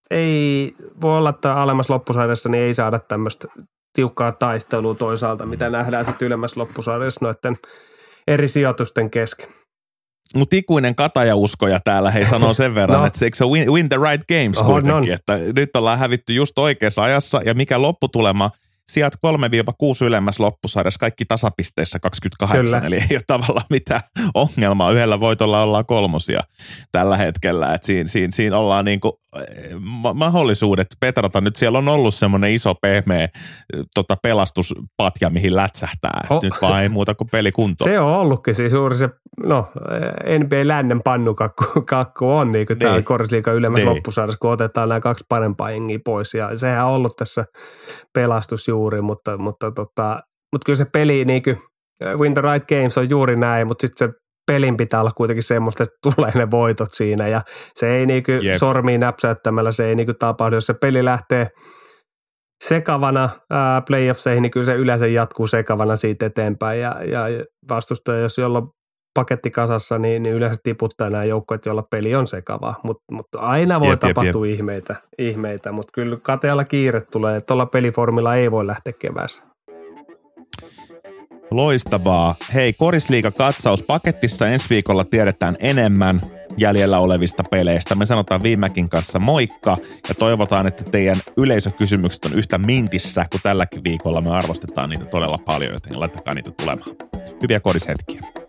ei voi olla, että alemmassa loppusarjassa niin ei saada tämmöistä tiukkaa taistelua toisaalta, mitä nähdään sitten ylemmässä loppusarjassa noiden eri sijoitusten kesken. Mutta ikuinen Kataja-uskoja täällä hei sanoo sen verran, no. että se, se win, win the right games Oho, kuitenkin, no. että nyt ollaan hävitty just oikeassa ajassa ja mikä lopputulema, sijat kolme kuusi ylemmässä loppusarjassa, kaikki tasapisteissä kaksikymmentäkahdeksan, Kyllä. eli ei ole tavallaan mitään ongelmaa. Yhdellä voitolla ollaan kolmosia tällä hetkellä, että siinä, siinä, siinä ollaan niinku mahdollisuudet petrata. Nyt siellä on ollut semmoinen iso pehmeä tota, pelastuspatja, mihin lätsähtää. Oh. Nyt vaan ei muuta kuin pelikunto. Se on ollutkin siis juuri se, no N B A lännen pannukakku kakku on niin kuin niin. Tämä Korisliigan ylemmässä niin. Loppusarjassa, kun otetaan nämä kaksi parempaa jengiä pois. Ja sehän on ollut tässä pelastus juuri, mutta, mutta, tota, mutta kyllä se peli niin kuin Win the Right Games on juuri näin, mutta sitten se pelin pitää olla kuitenkin semmoista, että tulee ne voitot siinä ja se ei niinku yep. sormiin näpsäyttämällä, se ei niinku tapahdu. Jos se peli lähtee sekavana ää, playoffseihin, niin kyllä se yleensä jatkuu sekavana siitä eteenpäin ja, ja vastustaja, jos jolla on paketti kasassa, niin, niin yleensä tiputtaa nämä joukkoet, joilla peli on sekava, mutta mut aina voi jep, tapahtua jep, jep. ihmeitä, ihmeitä. Mutta kyllä katealla kiire tulee, tuolla peliformilla ei voi lähteä keväässä. Loistavaa. Hei, Korisliiga katsaus paketissa ensi viikolla tiedetään enemmän jäljellä olevista peleistä. Me sanotaan Viimäkin kanssa moikka ja toivotaan, että teidän yleisökysymykset on yhtä mintissä kuin tälläkin viikolla. Me arvostetaan niitä todella paljon, joten laittakaa niitä tulemaan. Hyviä korishetkiä.